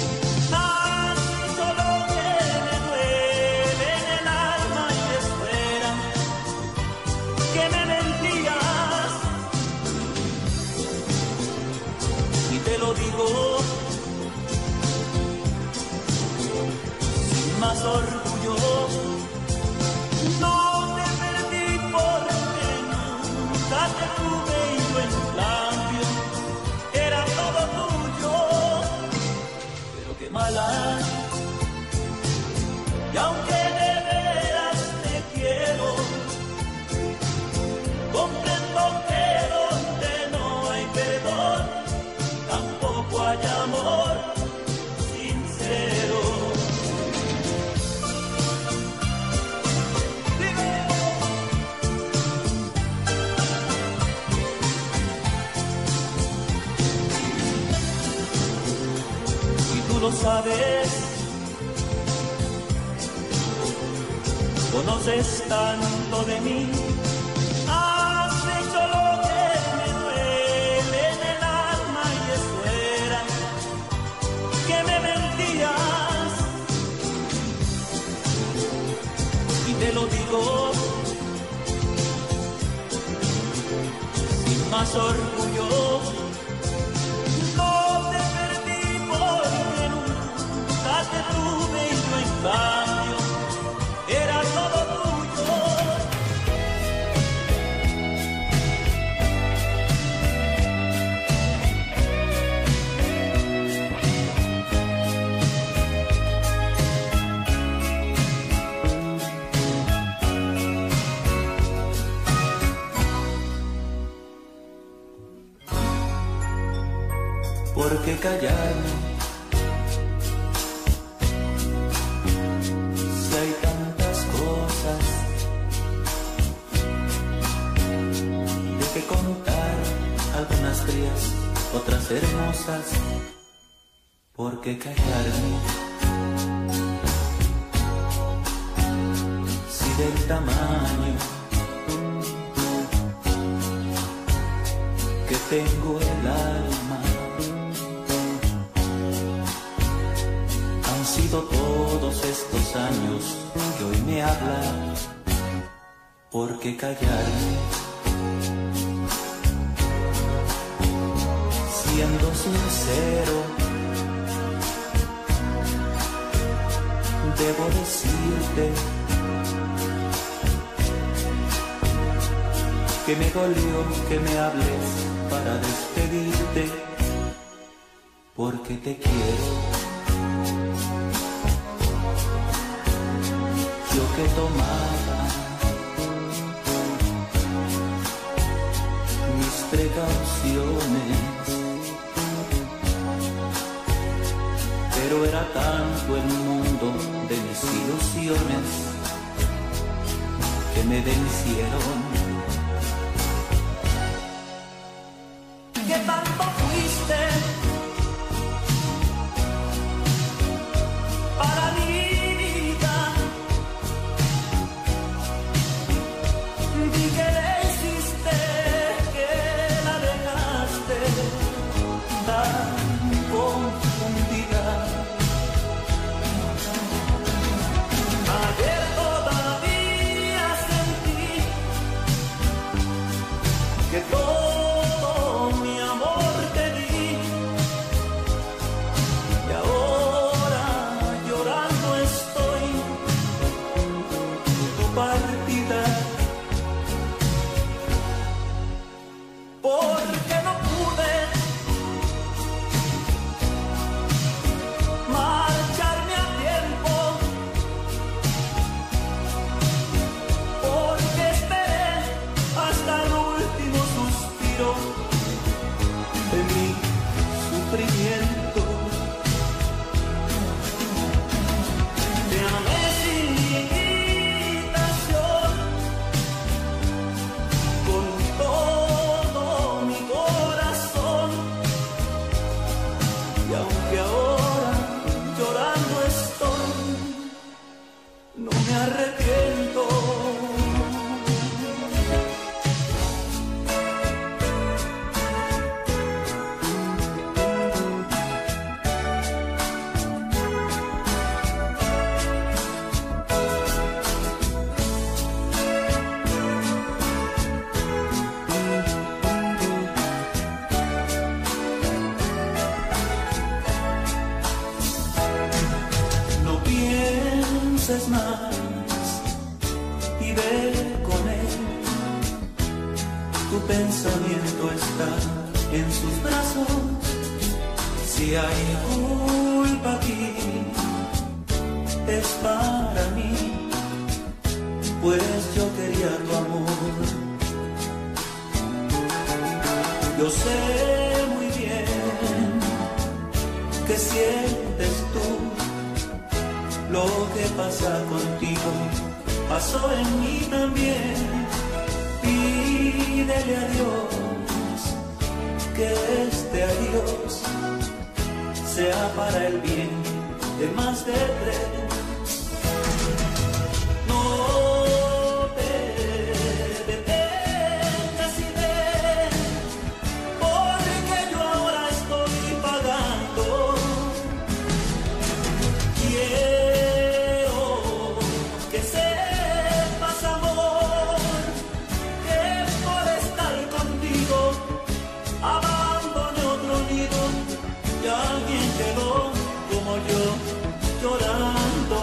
tanto lo que me duele en el alma y desfuera, que me mentías, y te lo digo sin más orgullo. No te perdí porque nunca te tuve y yo en cambio era todo tuyo, pero qué mala. Y aunque de veras te quiero, comprendo que donde no hay perdón, tampoco hay amor sincero. lo sabes, conoces tanto de mí, has hecho lo que me duele en el alma y eso era que me mentías. Y te lo digo sin más orgullo. Te tuve y yo en cambio era todo tuyo. ¿Por qué callarme? Hay tantas cosas de que contar, algunas frías, otras hermosas. ¿Por qué callarme? Si del tamaño que tengo el alma han sido todos estos años que hoy me hablan. ¿Por qué callarme? Siendo sincero, debo decirte que me dolió que me hables para despedirte, porque te quiero. Yo que tomaba mis precauciones, pero era tanto el mundo de mis ilusiones que me vencieron. ¿Qué tanto fuiste para mí? Más y ve con él, tu pensamiento está en sus brazos. Si hay culpa aquí es para mí, pues yo quería tu amor. Yo sé muy bien que sientes tú. Lo que pasa contigo pasó en mí también. Pídele a Dios que este adiós sea para el bien de más de tres. No te detengas y ven, porque yo ahora estoy pagando. Quiero que sepas, amor, que por estar contigo abandoné otro nido y alguien quedó como yo llorando.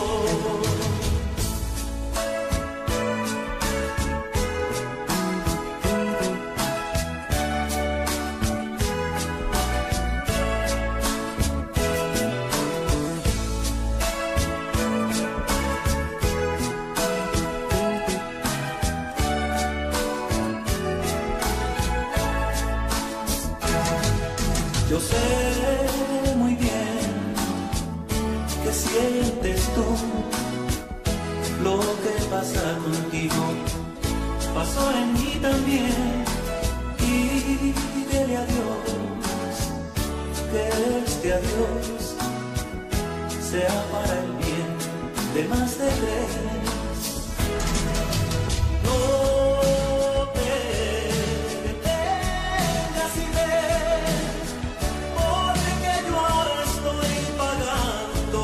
Yo sé muy bien que sientes tú lo que pasa contigo, pasó en mí también. Y dile adiós, que este adiós sea para el bien de más de tres. No te detengas y ven, porque yo ahora estoy pagando.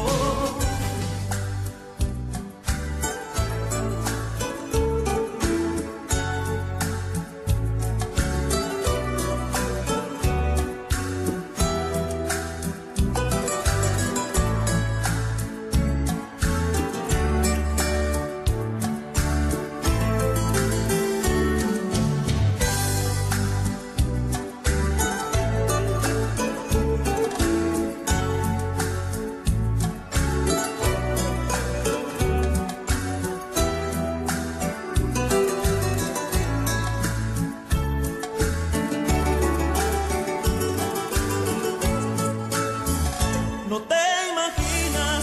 No te imaginas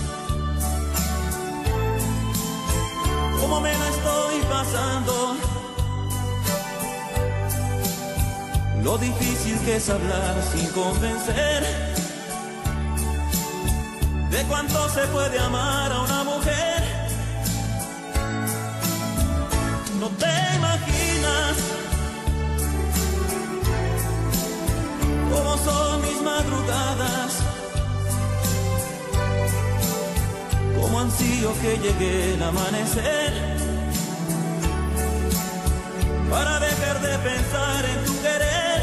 cómo me la estoy pasando, lo difícil que es hablar sin convencer de cuánto se puede amar a una mujer. No te imaginas cómo son mis madrugadas, como ansío que llegue el amanecer para dejar de pensar en tu querer.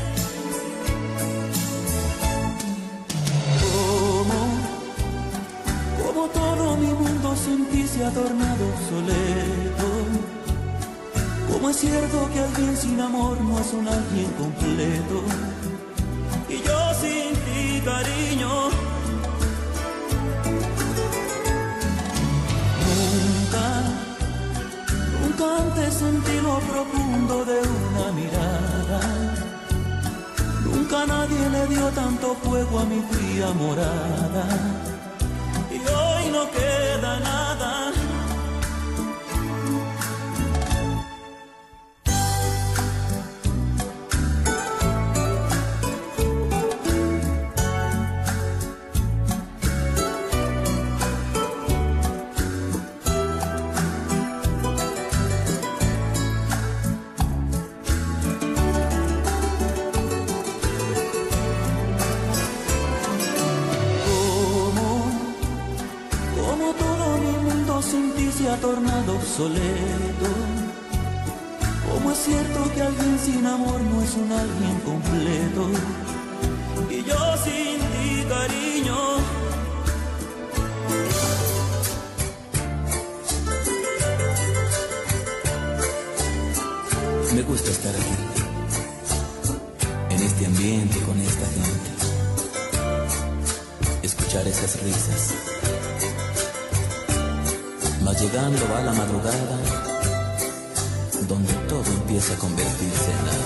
Como, como todo mi mundo sin ti se ha tornado obsoleto. Como es cierto que alguien sin amor no es un alguien completo. Y yo sin ti, cariño, nunca antes sentí lo profundo de una mirada. Nunca nadie le dio tanto fuego a mi fría morada. Y hoy no queda nada. Se ha tornado obsoleto. Como es cierto que alguien sin amor no es un alguien completo. Y yo sin ti, cariño, me gusta estar aquí, en este ambiente, con esta gente, escuchar esas risas. Mas llegando va la madrugada, donde todo empieza a convertirse en nada.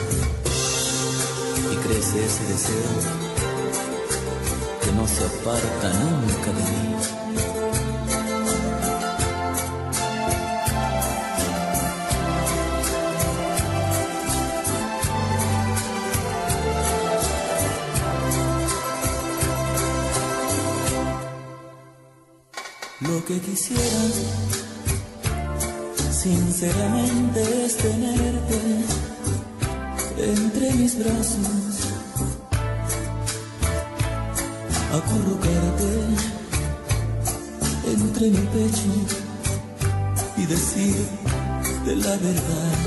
Y crece ese deseo que no se aparta nunca de mí. Lo que quisieras sinceramente es tenerte entre mis brazos, acurrucarte entre mi pecho y decirte la verdad.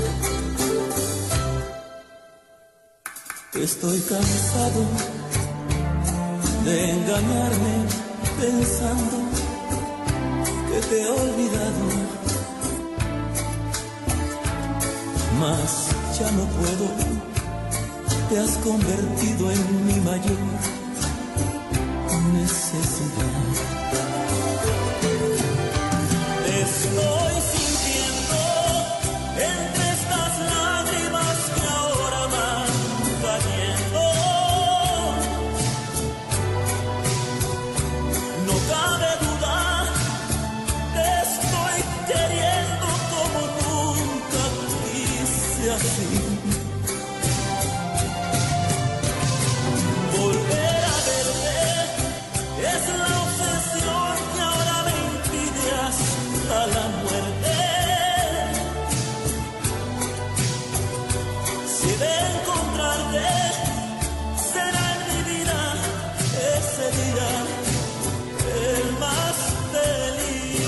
Estoy cansado de engañarme pensando que te he olvidado, mas ya no puedo, te has convertido en mi mayor necesidad. Estoy sintiendo entre estas lágrimas que ahora van cayendo, no cabe duda, te estoy queriendo como nunca quise así. Volver a verte es la obsesión que ahora me impide hasta la muerte. Si de encontrarte será en mi vida ese día el más feliz.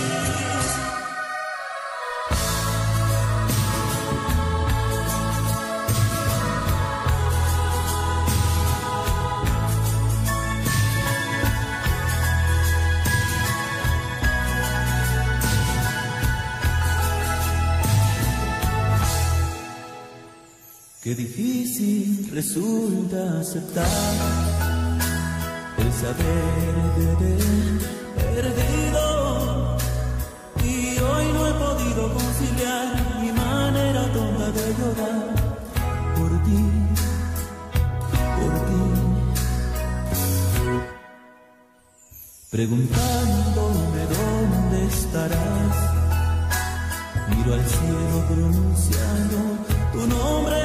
Qué difícil resulta aceptar el saber que te he perdido, y hoy no he podido conciliar mi manera tonta de llorar por ti, por ti, preguntándome dónde estarás. Miro al cielo pronunciando tu nombre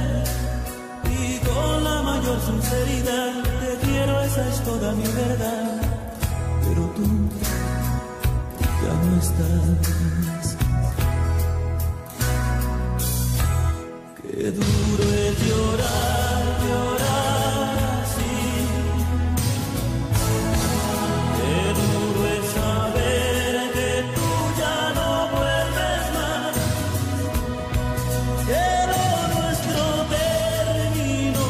y con la mayor sinceridad te quiero, esa es toda mi verdad. Pero tú ya no estás. Qué duro es llorar, llorar así. Qué duro es saber que tú ya no vuelves más, que lo nuestro terminó,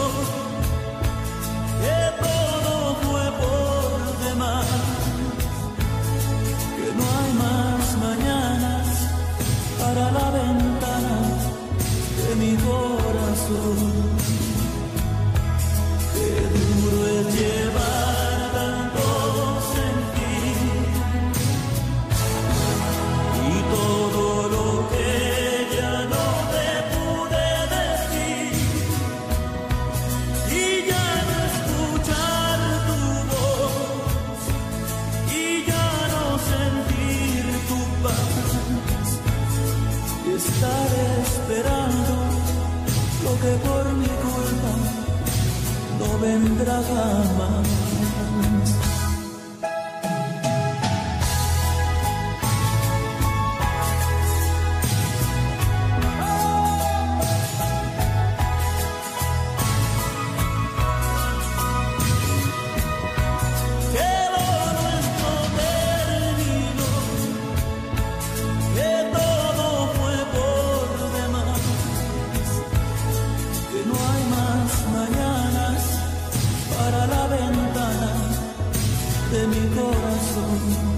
que todo fue por demás, que no hay más mañanas para la ventana de mi corazón. Qué duro es llevar tanto sentir y todo lo que ya no te pude decir, y ya no escuchar tu voz, y ya no sentir tu paz, y estar esperando lo que por mi culpa no vendrá jamás. Que lo nuestro terminó, que todo fue por demás, que no hay más mañanas para la ventana de mi corazón.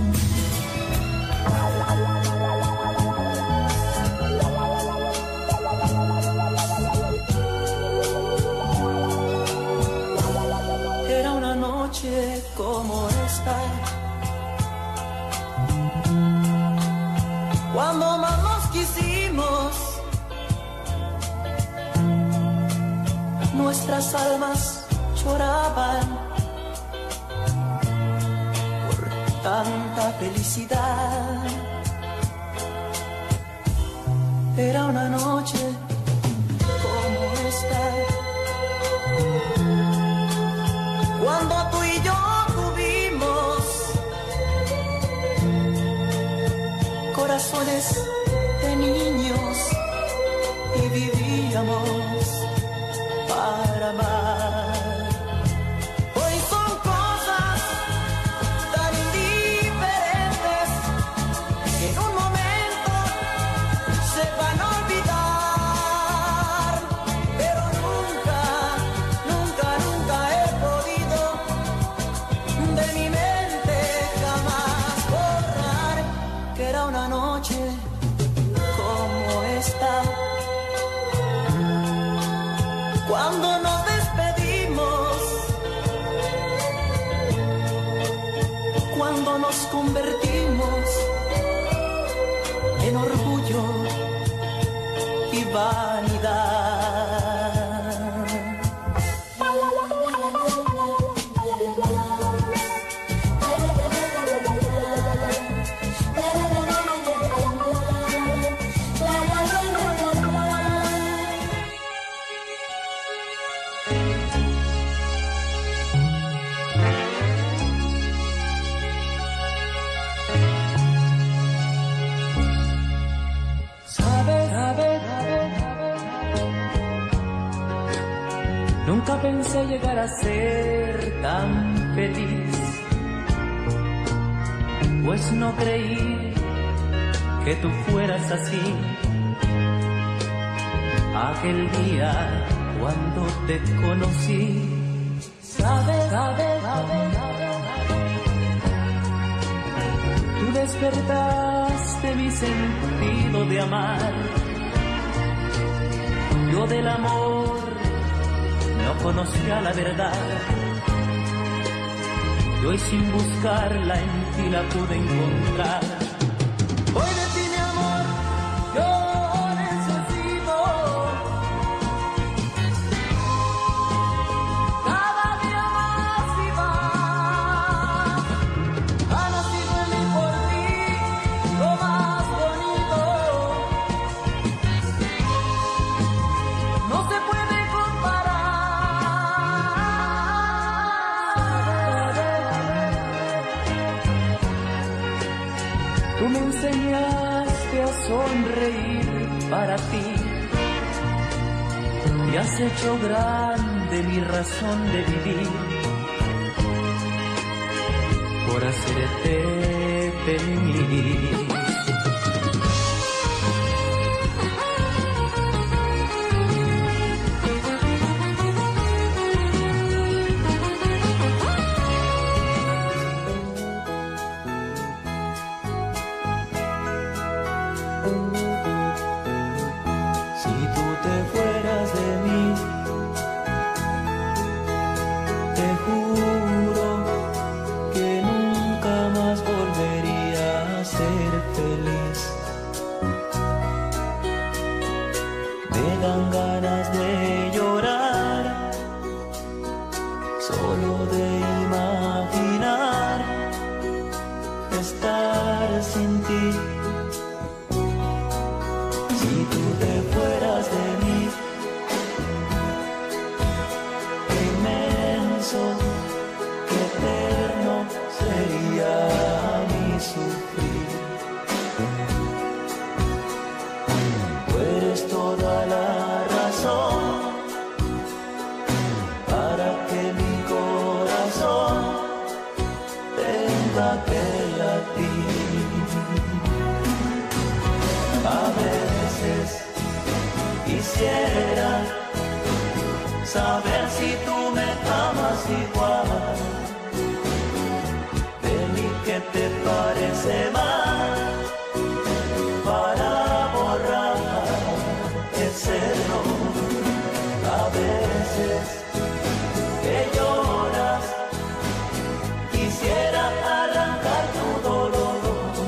Era una noche como esta, cuando más nos quisimos, nuestras almas lloraban por tanta felicidad. Era una noche como esta, cuando tú y yo tuvimos corazones de niños que vivíamos para amar. Hoy son cosas tan indiferentes que en un momento se van a olvidar, pero nunca, nunca, nunca he podido de mi mente jamás borrar que era una noche como esta, cuando nos despedimos, cuando nos convertimos en orgullo y vanidad. Nunca pensé llegar a ser tan feliz, pues no creí que tú fueras así. Aquel día cuando te conocí, sabes, sabes, sabes, tú despertaste mi sentido de amar. Yo del amor no conocía la verdad, y hoy sin buscarla en ti la pude encontrar. Hoy de ti, mi amor, yo necesito cada día más y más. Ha nacido en mí por ti lo más bonito, no se puede comparar. Tú me enseñaste a sonreír para ti y has hecho grande mi razón de vivir por hacerte feliz. Saber si tú me amas igual, de mí que te parece mal, para borrar ese error. A veces que lloras, quisiera arrancar tu dolor,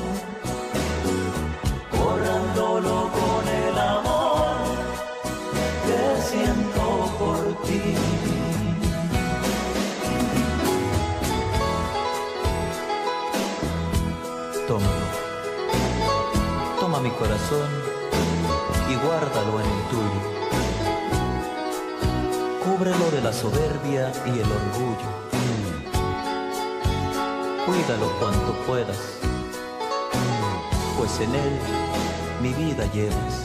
borrándolo con el amor que siento por ti. Toma, toma mi corazón y guárdalo en el tuyo. Cúbrelo de la soberbia y el orgullo. Cuídalo cuanto puedas, pues en él mi vida llevas.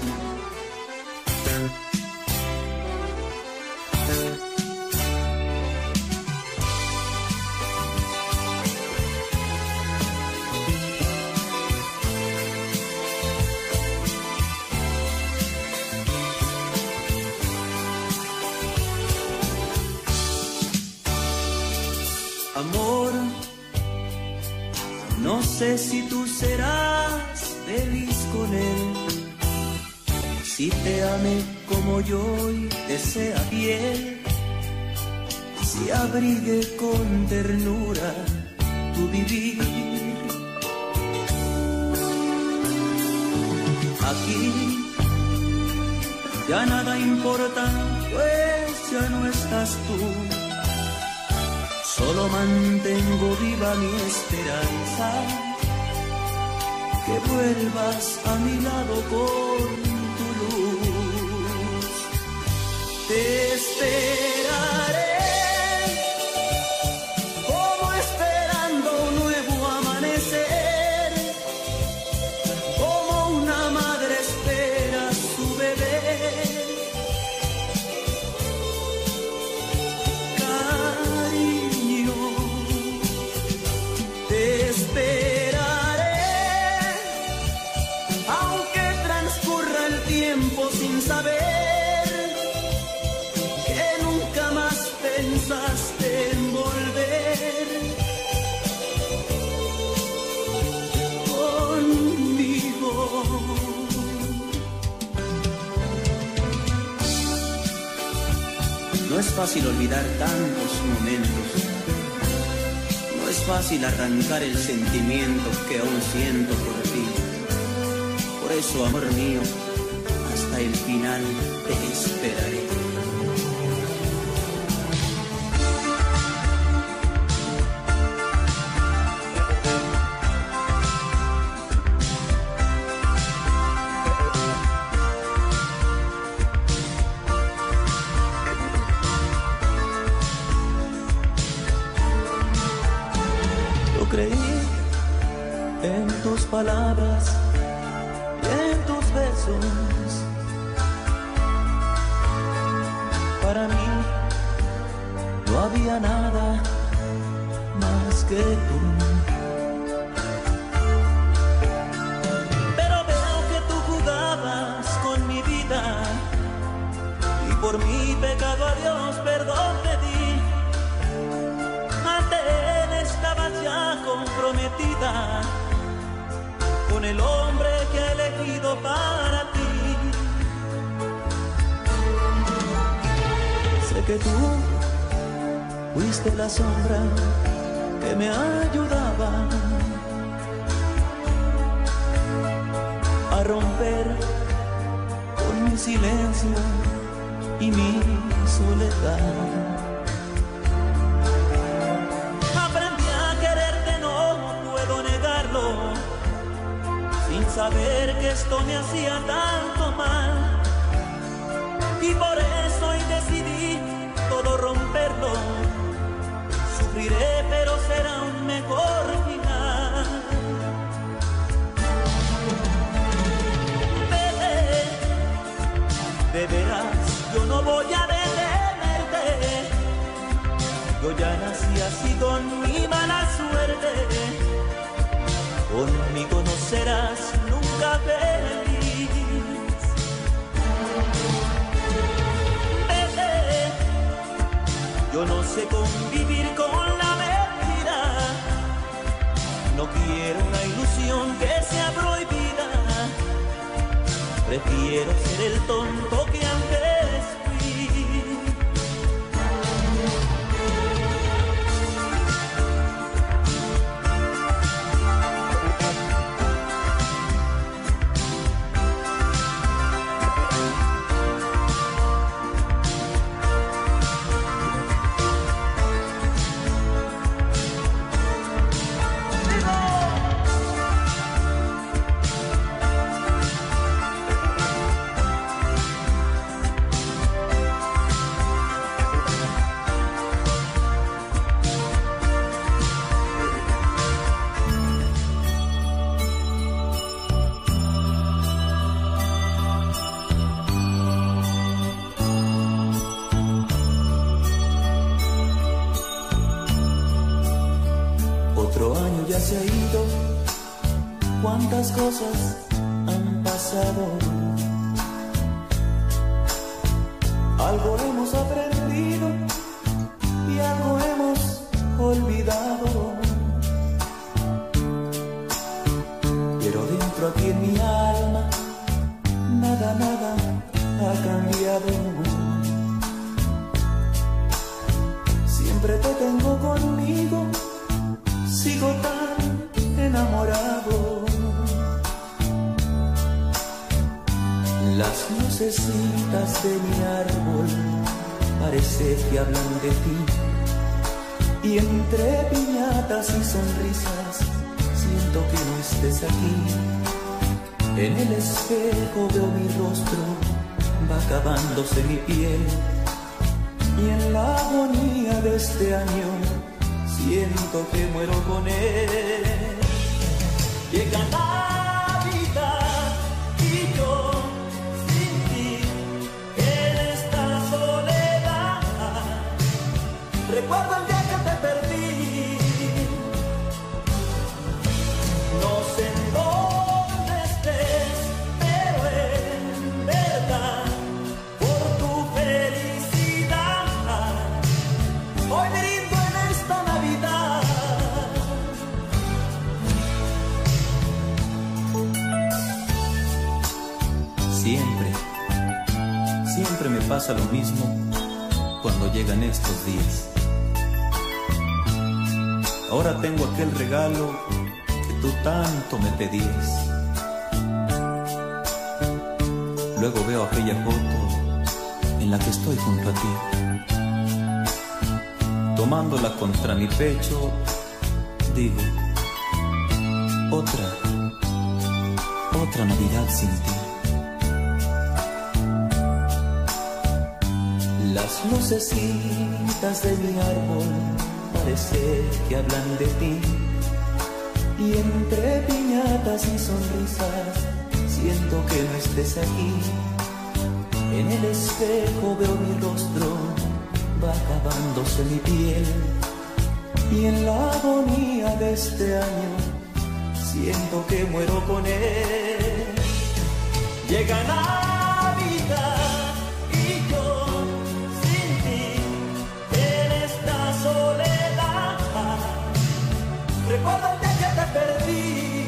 Amor, no sé si tú serás feliz con él, si te ame como yo y te sea fiel, si abrigue con ternura tu vivir. Aquí ya nada importa, pues ya no estás tú. Solo mantengo viva mi esperanza, que vuelvas a mi lado con tu luz. Te esperaré, como esperando un nuevo amanecer, como una madre espera a su bebé. Te esperaré, aunque transcurra el tiempo sin saber que nunca más pensaste en volver conmigo. No es fácil olvidar tantos momentos. No es fácil arrancar el sentimiento que aún siento por ti. Por eso, amor mío, hasta el final te esperaré. Creí en tus palabras y en tus besos. Para mí no había nada más que tú. Pero veo que tú jugabas con mi vida y por mi pecado a Dios perdón pedí. Ante él estabas ya comprometida con el hombre que he elegido para ti. Sé que tú fuiste la sombra que me ayudaba a romper con mi silencio y mi soledad. Saber que esto me hacía tanto mal y por eso hoy decidí todo romperlo. Sufriré, pero será un mejor final. Bebé, de veras yo no voy a detenerte. Yo ya nací así con mi mala suerte. Conmigo no serás nunca feliz. Bebé, yo no sé convivir con la mentira. No quiero una ilusión que sea prohibida. Prefiero ser el tonto que antes fui. Otro año ya se ha ido, cuántas cosas han pasado. Algo hemos aprendido y algo hemos olvidado. Pero dentro aquí en mi alma, nada, nada ha cambiado. Siempre te tengo conmigo, sigo tan enamorado. Las lucecitas de mi árbol parece que hablan de ti, y entre piñatas y sonrisas siento que no estés aquí. En el espejo veo mi rostro, va acabándose mi piel, y en la agonía de este año siento que muero con él. Llega Navidad y yo sin ti en esta soledad. Recuerdo el día que te perdí, no sé en dónde estés, pero en verdad por tu felicidad hoy brindo en esta Navidad. Siempre, siempre me pasa lo mismo cuando llegan estos días. Ahora tengo aquel regalo que tú tanto me pedías. Luego veo aquella foto en la que estoy junto a ti, tomándola contra mi pecho, digo, otra, otra Navidad sin ti. Las lucecitas de mi árbol parece que hablan de ti, y entre piñatas y sonrisas siento que no estés aquí. En el espejo veo mi rostro, va acabándose mi piel, y en la agonía de este año siento que muero con él. Llega Navidad y yo sin ti en esta soledad. Recuerda el día que te perdí,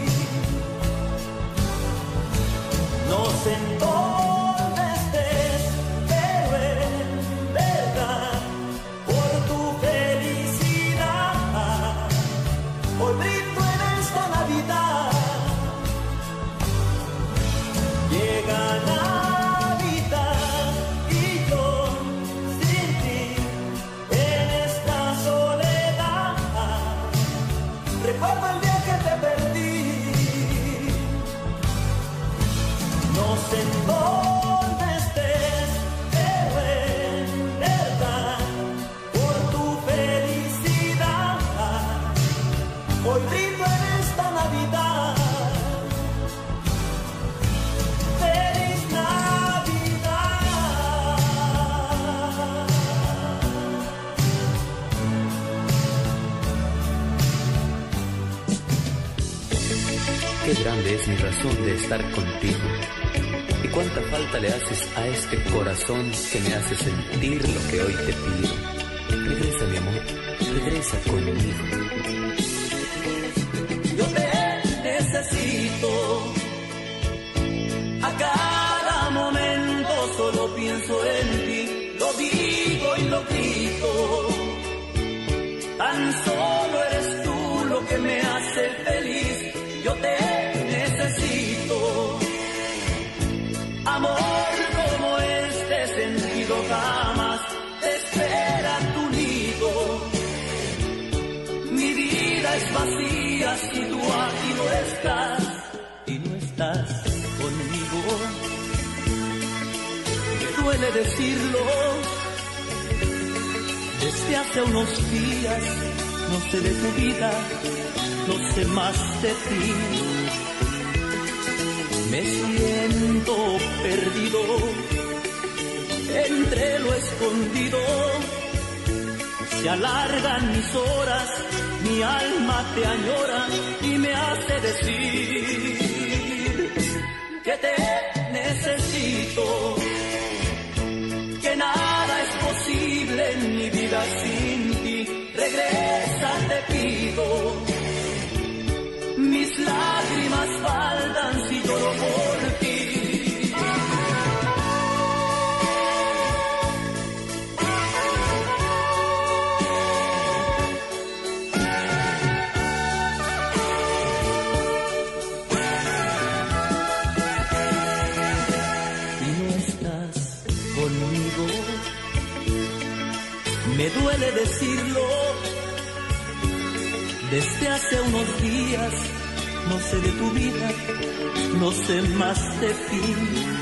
no sé en dónde estés, pero en verdad por tu felicidad hoy brindo en esta Navidad. Llega Navidad y yo sin ti en esta soledad. Recuerdo el día que te perdí, no sé en dónde estés, pero en verdad por tu felicidad hoy brindo en esta Navidad. ¡Feliz Navidad! Qué grande es mi razón de estar contigo, y cuánta falta le haces a este corazón que me hace sentir lo que hoy te pido. Regresa, mi amor, regresa conmigo. Yo te necesito, a cada momento solo pienso en ti, lo digo y lo grito. Tan solo eres tú lo que me hace feliz. Yo te necesito, amor como este sentido jamás te espera tu nido. Mi vida es vacía si tú aquí no estás, y no estás conmigo. Me duele decirlo, desde hace unos días no sé de tu vida, no sé más de ti. Me siento perdido entre lo escondido. Se alargan mis horas, mi mi alma te añora y me hace decir que te necesito, que nada es posible en mi vida sin ti. Regresa, te pido, mis lágrimas faltan si lloro por ti. Me duele decirlo, desde hace unos días no sé de tu vida, no sé más de ti.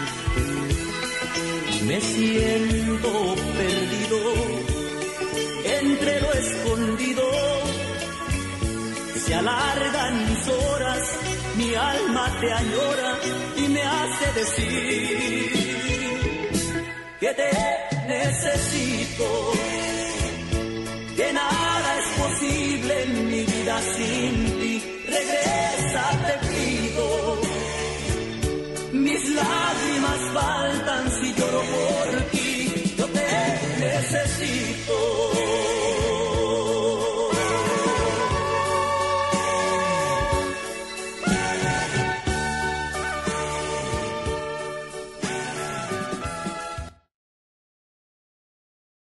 Me siento perdido entre lo escondido, se alargan mis horas, mi alma te añora y me hace decir que te necesito, que nada es posible en mi vida sin ti. Regresa, te pido, mis lágrimas faltan si lloro por